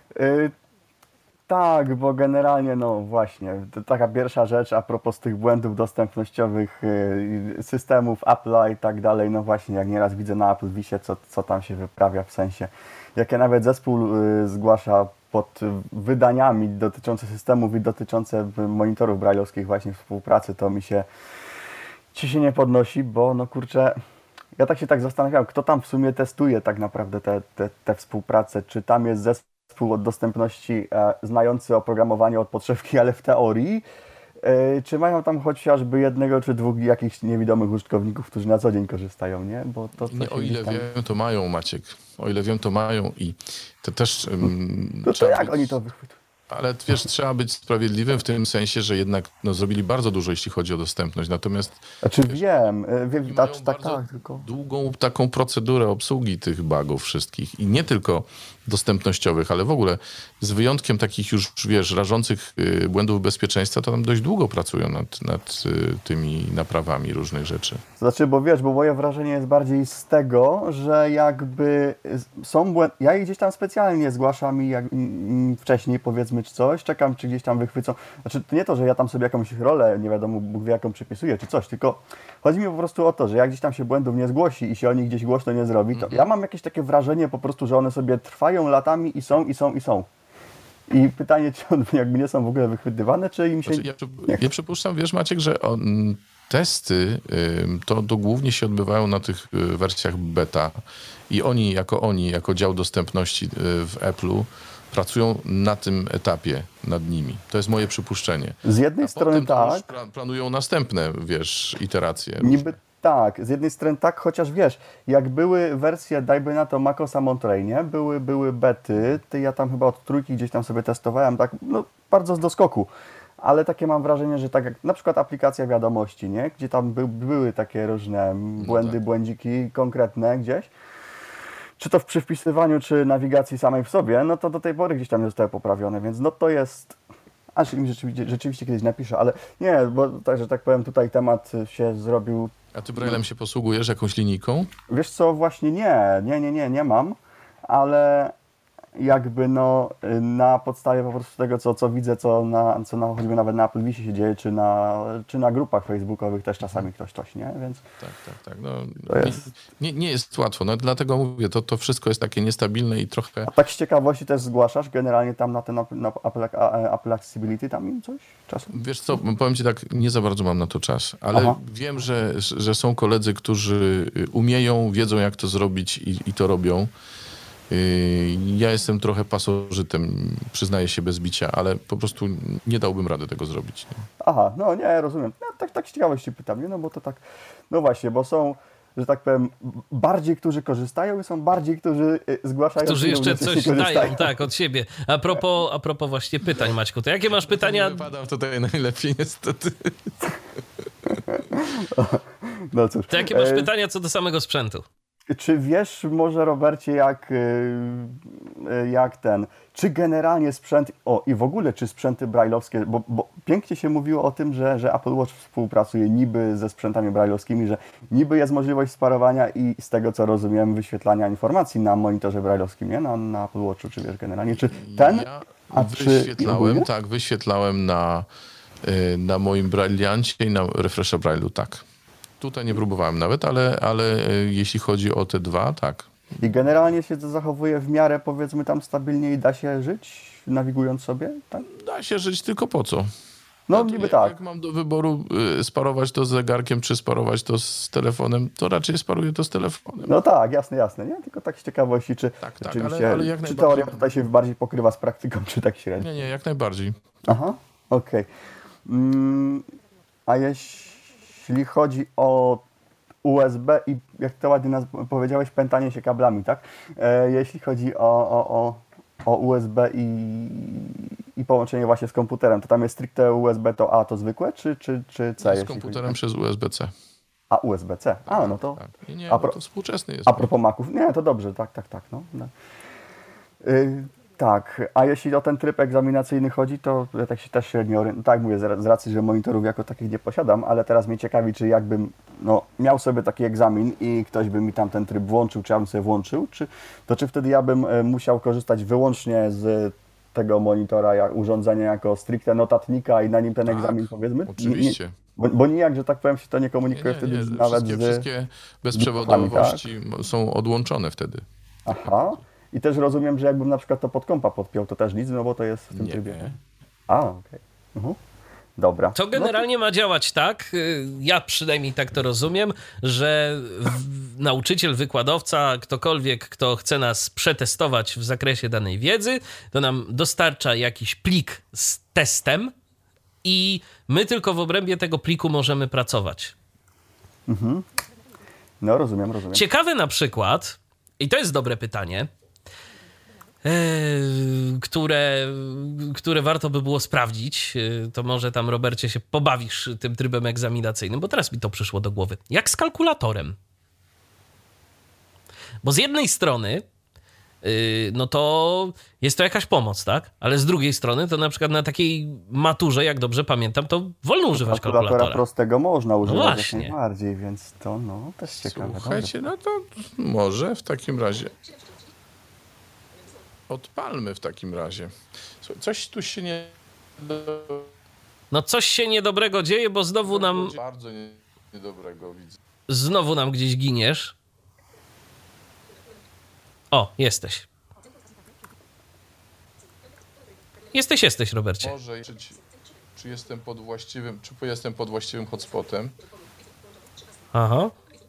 [SPEAKER 4] Tak, bo generalnie, no właśnie, to taka pierwsza rzecz a propos tych błędów dostępnościowych systemów Apple'a i tak dalej, no właśnie, jak nieraz widzę na Apple Visie, co tam się wyprawia, w sensie, jakie nawet zespół zgłasza pod wydaniami dotyczące systemów i dotyczące monitorów braille'owskich właśnie współpracy, to mi się ciśnienie podnosi, bo no kurczę, ja tak zastanawiam, kto tam w sumie testuje tak naprawdę tę współpracę, czy tam jest zespół od dostępności znający oprogramowanie od podszewki, ale w teorii, czy mają tam chociażby jednego czy dwóch jakichś niewidomych użytkowników, którzy na co dzień korzystają, nie? Bo to
[SPEAKER 3] nie, o ile wiem, to mają, Maciek. O ile wiem, to mają i to też...
[SPEAKER 4] to jak oni to wychwytują?
[SPEAKER 3] Ale wiesz, trzeba być sprawiedliwym w tym sensie, że jednak zrobili bardzo dużo, jeśli chodzi o dostępność. Natomiast
[SPEAKER 4] znaczy wiem,
[SPEAKER 3] tylko długą taką procedurę obsługi tych bugów wszystkich i nie tylko dostępnościowych, ale w ogóle z wyjątkiem takich już, wiesz, rażących błędów bezpieczeństwa, to tam dość długo pracują nad tymi naprawami różnych rzeczy.
[SPEAKER 4] Znaczy, bo moje wrażenie jest bardziej z tego, że jakby są błędy, ja ich gdzieś tam specjalnie zgłaszam i wcześniej powiedzmy czy coś, czekam czy gdzieś tam wychwycą, znaczy to nie to, że ja tam sobie jakąś rolę, nie wiadomo, Bóg wie jaką przypisuję czy coś, tylko chodzi mi po prostu o to, że jak gdzieś tam się błędów nie zgłosi i się o nich gdzieś głośno nie zrobi, to ja mam jakieś takie wrażenie po prostu, że one sobie trwają latami i są. I pytanie, czy one jakby nie są w ogóle wychwytywane, czy im się...
[SPEAKER 3] Znaczy, ja przypuszczam, wiesz Maciek, że testy to głównie się odbywają na tych wersjach beta i oni jako dział dostępności w Apple'u pracują na tym etapie nad nimi. To jest moje przypuszczenie.
[SPEAKER 4] Z jednej strony tak.
[SPEAKER 3] Planują następne, wiesz, iteracje.
[SPEAKER 4] Niby tak, z jednej strony tak, chociaż wiesz, jak były wersje, dajmy na to macOSa Monterey, nie? Były bety, ja tam chyba od 3 gdzieś tam sobie testowałem, tak, no bardzo z doskoku. Ale takie mam wrażenie, że tak jak na przykład aplikacja wiadomości, nie? Gdzie tam były takie różne błędy, błędziki konkretne gdzieś. Czy to przy wpisywaniu, czy nawigacji samej w sobie, no to do tej pory gdzieś tam nie zostały poprawione, więc no to jest... Aż im rzeczywiście kiedyś napiszę, ale nie, bo tak, że tak powiem, tutaj temat się zrobił...
[SPEAKER 3] A ty Braillem się posługujesz jakąś linijką?
[SPEAKER 4] Wiesz co, właśnie nie mam, ale jakby no na podstawie po prostu tego, co widzę, co choćby nawet na Apple Visie się dzieje, czy na grupach facebookowych też czasami ktoś coś, nie? Więc
[SPEAKER 3] Tak. No, nie jest łatwo, no dlatego mówię, to wszystko jest takie niestabilne i trochę...
[SPEAKER 4] A tak z ciekawości też zgłaszasz generalnie tam na ten Apple Accessibility tam im coś czasem?
[SPEAKER 3] Wiesz co, powiem ci tak, nie za bardzo mam na to czas, ale wiem, że są koledzy, którzy umieją, wiedzą jak to zrobić i to robią. Ja jestem trochę pasożytem, przyznaję się bez bicia, ale po prostu nie dałbym rady tego zrobić. Nie?
[SPEAKER 4] Aha, no nie, rozumiem. No, tak z ciekawości pytam, nie? No bo to tak, no właśnie, bo są, że tak powiem, bardziej, którzy korzystają i są bardziej, którzy zgłaszają.
[SPEAKER 2] Którzy jeszcze coś dają, tak, od siebie. A propos właśnie pytań, Maćku, to jakie masz pytania?
[SPEAKER 3] Wypadam tutaj najlepiej niestety.
[SPEAKER 4] No cóż.
[SPEAKER 2] To jakie masz pytania co do samego sprzętu?
[SPEAKER 4] Czy wiesz może, Robercie, czy generalnie sprzęt, i w ogóle czy sprzęty brajlowskie, bo pięknie się mówiło o tym, że Apple Watch współpracuje niby ze sprzętami brajlowskimi, że niby jest możliwość sparowania i z tego co rozumiem wyświetlania informacji na monitorze brajlowskim, nie? Na Apple Watchu, czy wiesz generalnie, czy ten?
[SPEAKER 3] Wyświetlałem na moim Brailleancie i na Refresha Braille'u, tak. Tutaj nie próbowałem nawet, ale jeśli chodzi o te dwa, tak.
[SPEAKER 4] I generalnie się to zachowuje w miarę, powiedzmy, tam stabilnie i da się żyć, nawigując sobie? Tak?
[SPEAKER 3] Da się żyć, tylko po co?
[SPEAKER 4] No niby tak.
[SPEAKER 3] Jak mam do wyboru sparować to z zegarkiem, czy sparować to z telefonem, to raczej sparuję to z telefonem.
[SPEAKER 4] No tak, jasne, nie? Tylko tak z ciekawości, czy rzeczywiście,
[SPEAKER 3] ale jak
[SPEAKER 4] czy teoria tutaj się bardziej pokrywa z praktyką, czy tak średnio?
[SPEAKER 3] Nie, jak najbardziej.
[SPEAKER 4] Aha, okej. A jeśli chodzi o USB i jak to ładnie powiedziałeś, pętanie się kablami, tak? Jeśli chodzi o USB i połączenie właśnie z komputerem, to tam jest stricte USB, to A to zwykłe, czy C?
[SPEAKER 3] Z komputerem przez USB-C.
[SPEAKER 4] A, USB-C. No to...
[SPEAKER 3] Tak. Nie, to współczesny jest.
[SPEAKER 4] A propos Maców. Nie, to dobrze, tak. No. Tak, a jeśli o ten tryb egzaminacyjny chodzi, to ja tak się też średnio orientuję. Tak mówię, z racji, że monitorów jako takich nie posiadam, ale teraz mnie ciekawi, czy jakbym miał sobie taki egzamin i ktoś by mi tam ten tryb włączył, czy ja bym sobie włączył, czy wtedy ja bym musiał korzystać wyłącznie z tego monitora, urządzenia jako stricte notatnika i na nim ten egzamin, powiedzmy?
[SPEAKER 3] Oczywiście.
[SPEAKER 4] Bo nijak, że tak powiem, się to nie komunikuje wtedy nawet
[SPEAKER 3] wszystkie bezprzewodowości są odłączone wtedy.
[SPEAKER 4] Aha. I też rozumiem, że jakbym na przykład to pod kompa podpiął, to też nic, no bo to jest w tym trybie. Okej. Dobra.
[SPEAKER 2] To generalnie ma działać tak, ja przynajmniej tak to rozumiem, że nauczyciel, wykładowca, ktokolwiek, kto chce nas przetestować w zakresie danej wiedzy, to nam dostarcza jakiś plik z testem i my tylko w obrębie tego pliku możemy pracować.
[SPEAKER 4] No, rozumiem.
[SPEAKER 2] Ciekawe na przykład, i to jest dobre pytanie, które warto by było sprawdzić, to może tam, Robercie, się pobawisz tym trybem egzaminacyjnym, bo teraz mi to przyszło do głowy. Jak z kalkulatorem? Bo z jednej strony no to jest to jakaś pomoc, tak? Ale z drugiej strony to na przykład na takiej maturze, jak dobrze pamiętam, to wolno używać kalkulatora.
[SPEAKER 4] Prostego można używać jak najbardziej, więc to też ciekawe.
[SPEAKER 3] Słuchajcie, no to może w takim razie odpalmy w takim razie. Coś tu się nie...
[SPEAKER 2] No coś się niedobrego dzieje, bo znowu nam...
[SPEAKER 3] Bardzo niedobrego widzę.
[SPEAKER 2] Znowu nam gdzieś giniesz. O, jesteś. Jesteś, Robercie.
[SPEAKER 3] Może, czy jestem pod właściwym hotspotem?
[SPEAKER 2] Aha.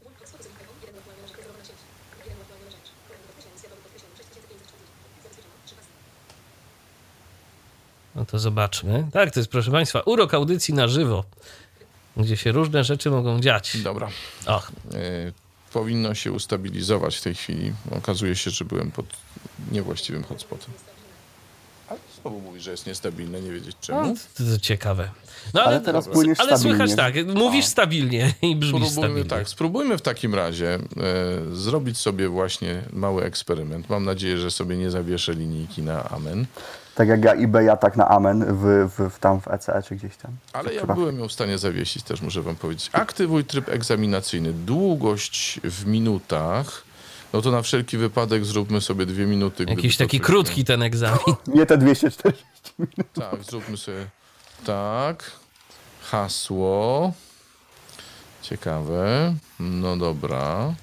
[SPEAKER 2] No to zobaczmy. Tak, to jest, proszę Państwa, urok audycji na żywo, gdzie się różne rzeczy mogą dziać.
[SPEAKER 3] Dobra. Powinno się ustabilizować w tej chwili. Okazuje się, że byłem pod niewłaściwym hotspotem. Ale znowu mówi, że jest niestabilne, nie wiedzieć czemu.
[SPEAKER 2] No, to ciekawe. No,
[SPEAKER 4] ale teraz płyniesz
[SPEAKER 2] ale
[SPEAKER 4] stabilnie.
[SPEAKER 2] Słychać tak, mówisz stabilnie i brzmisz stabilnie.
[SPEAKER 3] Tak, spróbujmy w takim razie zrobić sobie właśnie mały eksperyment. Mam nadzieję, że sobie nie zawieszę linijki na amen.
[SPEAKER 4] Tak jak ja eBaya, tak na amen tam w ECE czy gdzieś tam.
[SPEAKER 3] Ale ja byłem ją w stanie zawiesić, też muszę wam powiedzieć. Aktywuj tryb egzaminacyjny. Długość w minutach No to na wszelki wypadek zróbmy sobie 2 minuty.
[SPEAKER 2] Jakiś taki krótki ten egzamin.
[SPEAKER 4] Nie te 240 minut.
[SPEAKER 3] Tak, zróbmy sobie tak. Hasło. Ciekawe. No dobra.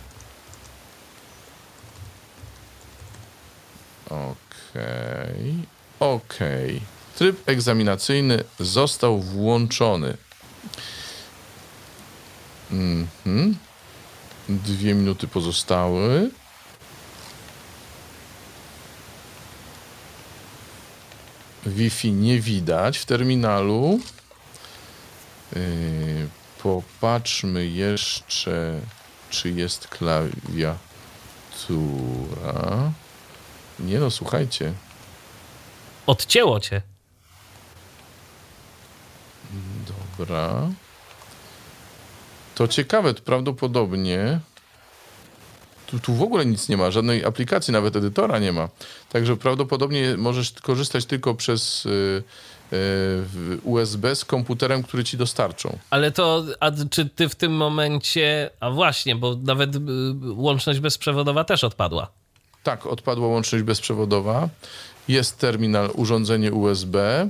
[SPEAKER 3] Okej. Tryb egzaminacyjny został włączony. 2 minuty pozostały. Wi-Fi nie widać w terminalu. Popatrzmy jeszcze, czy jest klawiatura. Nie no, słuchajcie.
[SPEAKER 2] Odcięło cię.
[SPEAKER 3] Dobra. To ciekawe, to prawdopodobnie tu w ogóle nic nie ma, żadnej aplikacji, nawet edytora nie ma. Także prawdopodobnie możesz korzystać tylko przez USB z komputerem, który ci dostarczą.
[SPEAKER 2] Ale to, czy ty w tym momencie, a właśnie, bo nawet łączność bezprzewodowa też odpadła.
[SPEAKER 3] Tak, odpadła łączność bezprzewodowa. Jest terminal, urządzenie USB.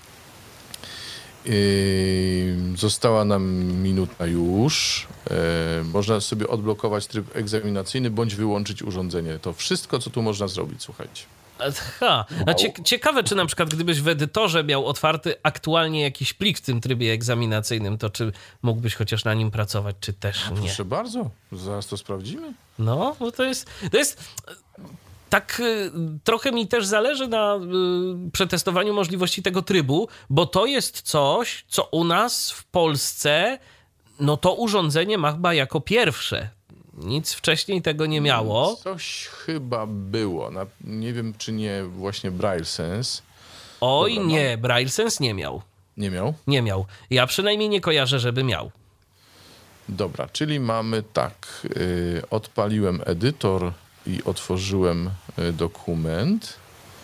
[SPEAKER 3] Została nam minuta już. Można sobie odblokować tryb egzaminacyjny bądź wyłączyć urządzenie. To wszystko, co tu można zrobić, słuchajcie.
[SPEAKER 2] Ciekawe, czy na przykład gdybyś w edytorze miał otwarty aktualnie jakiś plik w tym trybie egzaminacyjnym, to czy mógłbyś chociaż na nim pracować, czy też nie?
[SPEAKER 3] Proszę bardzo, zaraz to sprawdzimy.
[SPEAKER 2] No, bo to jest tak, trochę mi też zależy na przetestowaniu możliwości tego trybu, bo to jest coś, co u nas w Polsce, no to urządzenie ma chyba jako pierwsze. Nic wcześniej tego nie miało.
[SPEAKER 3] Coś chyba było. Nie wiem, czy nie właśnie BrailleSense.
[SPEAKER 2] Oj, dobra, nie, BrailleSense nie miał.
[SPEAKER 3] Nie miał?
[SPEAKER 2] Nie miał. Ja przynajmniej nie kojarzę, żeby miał.
[SPEAKER 3] Dobra, czyli mamy tak. Odpaliłem edytor i otworzyłem dokument.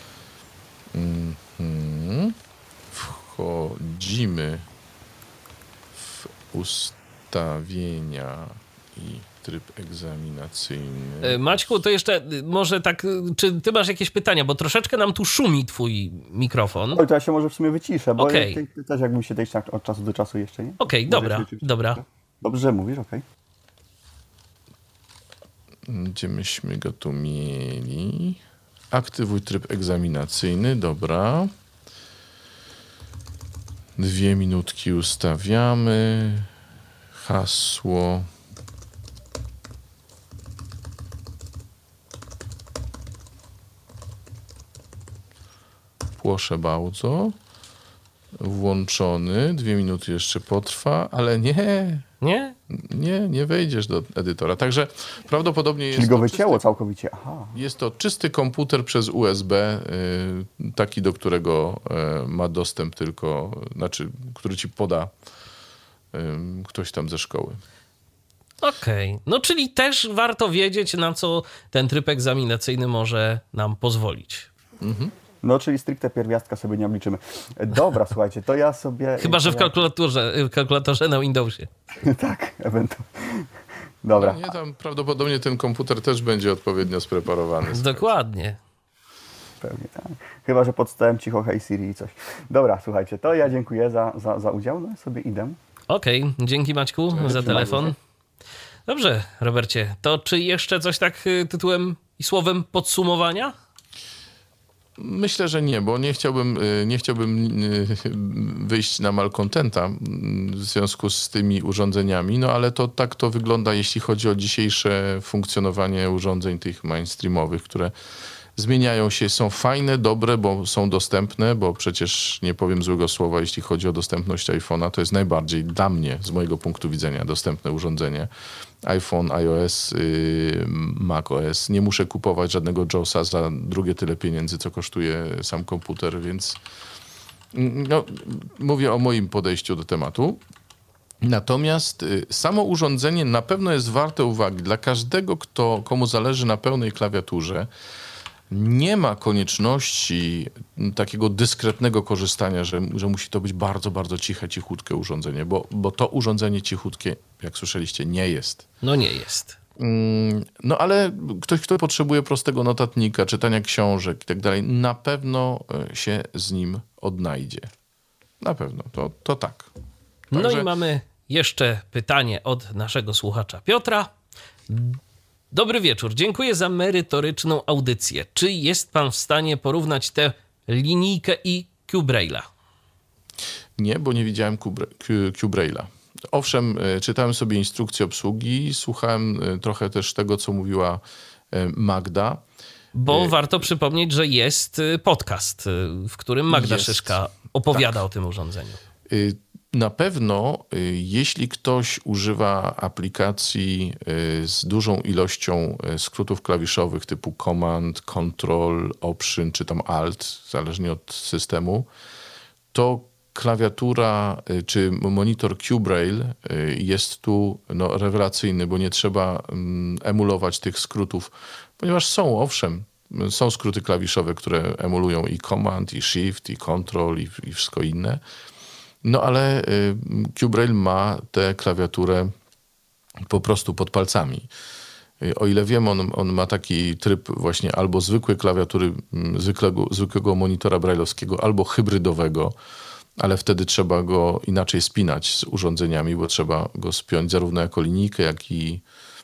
[SPEAKER 3] Wchodzimy w ustawienia i tryb egzaminacyjny.
[SPEAKER 2] Maćku, to jeszcze może tak, czy ty masz jakieś pytania, bo troszeczkę nam tu szumi twój mikrofon.
[SPEAKER 4] Oj, to ja się może w sumie wyciszę, bo
[SPEAKER 2] Okay.
[SPEAKER 4] ty też jakbym się też od czasu do czasu jeszcze, nie?
[SPEAKER 2] Okej, dobra.
[SPEAKER 4] Dobrze mówisz, okej.
[SPEAKER 3] Gdzie myśmy go tu mieli? Aktywuj tryb egzaminacyjny, dobra. 2 minutki ustawiamy. Hasło. Proszę bardzo. Włączony. 2 minuty jeszcze potrwa, ale nie.
[SPEAKER 2] Nie?
[SPEAKER 3] Nie wejdziesz do edytora. Także prawdopodobnie jest.
[SPEAKER 4] Czyli go wycięło całkowicie. Aha.
[SPEAKER 3] Jest to czysty komputer przez USB, taki, do którego ma dostęp tylko, znaczy, który ci poda ktoś tam ze szkoły.
[SPEAKER 2] Okej. No czyli też warto wiedzieć, na co ten tryb egzaminacyjny może nam pozwolić.
[SPEAKER 3] Mhm.
[SPEAKER 4] No, czyli stricte pierwiastka sobie nie obliczymy. Dobra, słuchajcie, to ja sobie...
[SPEAKER 2] Chyba, że w kalkulatorze na Windowsie.
[SPEAKER 4] Tak, ewentualnie. Dobra.
[SPEAKER 3] No nie, tam prawdopodobnie ten komputer też będzie odpowiednio spreparowany.
[SPEAKER 2] Dokładnie.
[SPEAKER 4] Pewnie tak. Chyba, że podstałem cicho Hey Siri i coś. Dobra, słuchajcie, to ja dziękuję za udział. No, sobie idę.
[SPEAKER 2] Okej, dzięki Maćku za telefon. Dobrze, Robercie, to czy jeszcze coś tak tytułem i słowem podsumowania?
[SPEAKER 3] Myślę, że nie, bo nie chciałbym wyjść na malkontenta w związku z tymi urządzeniami, no ale to tak to wygląda, jeśli chodzi o dzisiejsze funkcjonowanie urządzeń tych mainstreamowych, które zmieniają się, są fajne, dobre, bo są dostępne, bo przecież nie powiem złego słowa, jeśli chodzi o dostępność iPhone'a, to jest najbardziej dla mnie, z mojego punktu widzenia, dostępne urządzenie. iPhone, iOS, macOS. Nie muszę kupować żadnego JAWSa za drugie tyle pieniędzy, co kosztuje sam komputer, więc no, mówię o moim podejściu do tematu. Natomiast samo urządzenie na pewno jest warte uwagi dla każdego, komu zależy na pełnej klawiaturze. Nie ma konieczności takiego dyskretnego korzystania, że musi to być bardzo, bardzo cichutkie urządzenie, bo to urządzenie cichutkie, jak słyszeliście, nie jest.
[SPEAKER 2] No nie jest.
[SPEAKER 3] No ale ktoś, kto potrzebuje prostego notatnika, czytania książek i tak dalej, na pewno się z nim odnajdzie. Na pewno, to tak.
[SPEAKER 2] No i mamy jeszcze pytanie od naszego słuchacza Piotra. Dobry wieczór, dziękuję za merytoryczną audycję. Czy jest pan w stanie porównać tę linijkę i Q-Braille'a?
[SPEAKER 3] Nie, bo nie widziałem Q-Braille'a. Owszem, czytałem sobie instrukcję obsługi, słuchałem trochę też tego, co mówiła Magda.
[SPEAKER 2] Bo warto przypomnieć, że jest podcast, w którym Magda Szyszka opowiada o tym urządzeniu.
[SPEAKER 3] Na pewno, jeśli ktoś używa aplikacji z dużą ilością skrótów klawiszowych typu Command, Control, Option czy tam Alt, zależnie od systemu, to klawiatura czy monitor Q-Braille jest tu rewelacyjny, bo nie trzeba emulować tych skrótów, ponieważ są skróty klawiszowe, które emulują i Command, i Shift, i Control, i wszystko inne. No ale Q-Braille ma tę klawiaturę po prostu pod palcami. O ile wiem, on ma taki tryb właśnie albo zwykłej klawiatury, zwykłego monitora brailleowskiego, albo hybrydowego, ale wtedy trzeba go inaczej spinać z urządzeniami, bo trzeba go spiąć zarówno jako linijkę, jak i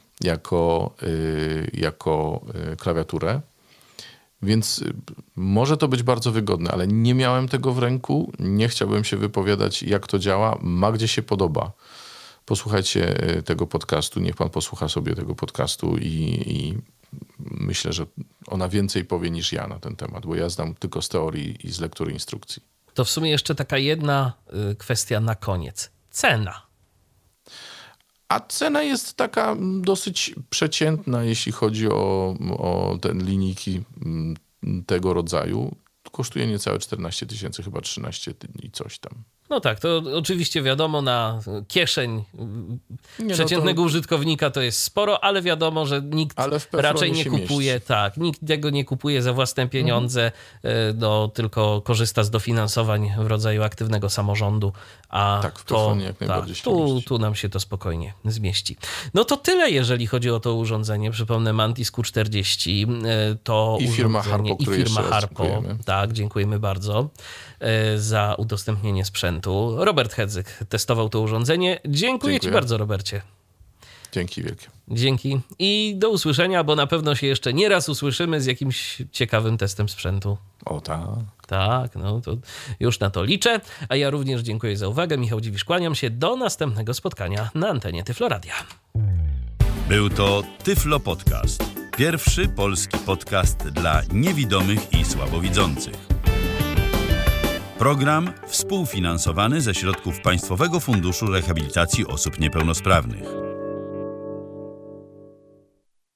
[SPEAKER 3] jako klawiaturę. Więc może to być bardzo wygodne, ale nie miałem tego w ręku, nie chciałbym się wypowiadać, jak to działa. Magdzie się podoba. Posłuchajcie tego podcastu, niech pan posłucha sobie tego podcastu i myślę, że ona więcej powie niż ja na ten temat, bo ja znam tylko z teorii i z lektury instrukcji. To
[SPEAKER 2] w sumie jeszcze taka jedna kwestia na koniec. Cena.
[SPEAKER 3] A cena jest taka dosyć przeciętna, jeśli chodzi o te linijki tego rodzaju. Kosztuje niecałe 14 000, chyba 13 i coś tam.
[SPEAKER 2] No tak, to oczywiście wiadomo, na kieszeń przeciętnego użytkownika to jest sporo, ale wiadomo, że nikt raczej nie kupuje, nikt tego nie kupuje za własne pieniądze, tylko korzysta z dofinansowań w rodzaju aktywnego samorządu, a
[SPEAKER 3] tak, w PFRON-ie jak najbardziej się mieści.
[SPEAKER 2] Tu nam się to spokojnie zmieści. No to tyle, jeżeli chodzi o to urządzenie. Przypomnę, Mantis Q40 to
[SPEAKER 3] i firma Harpo,
[SPEAKER 2] i firma Harpo. Tak, dziękujemy bardzo za udostępnienie sprzętu. Robert Hedzyk testował to urządzenie. Dziękuję ci bardzo, Robercie.
[SPEAKER 3] Dzięki wielkie.
[SPEAKER 2] Dzięki i do usłyszenia, bo na pewno się jeszcze nie raz usłyszymy z jakimś ciekawym testem sprzętu.
[SPEAKER 3] O tak.
[SPEAKER 2] Tak, no to już na to liczę. A ja również dziękuję za uwagę. Michał Dziwisz, kłaniam się. Do następnego spotkania na antenie Tyflo Radia.
[SPEAKER 1] Był to Tyflo Podcast. Pierwszy polski podcast dla niewidomych i słabowidzących. Program współfinansowany ze środków Państwowego Funduszu Rehabilitacji Osób Niepełnosprawnych.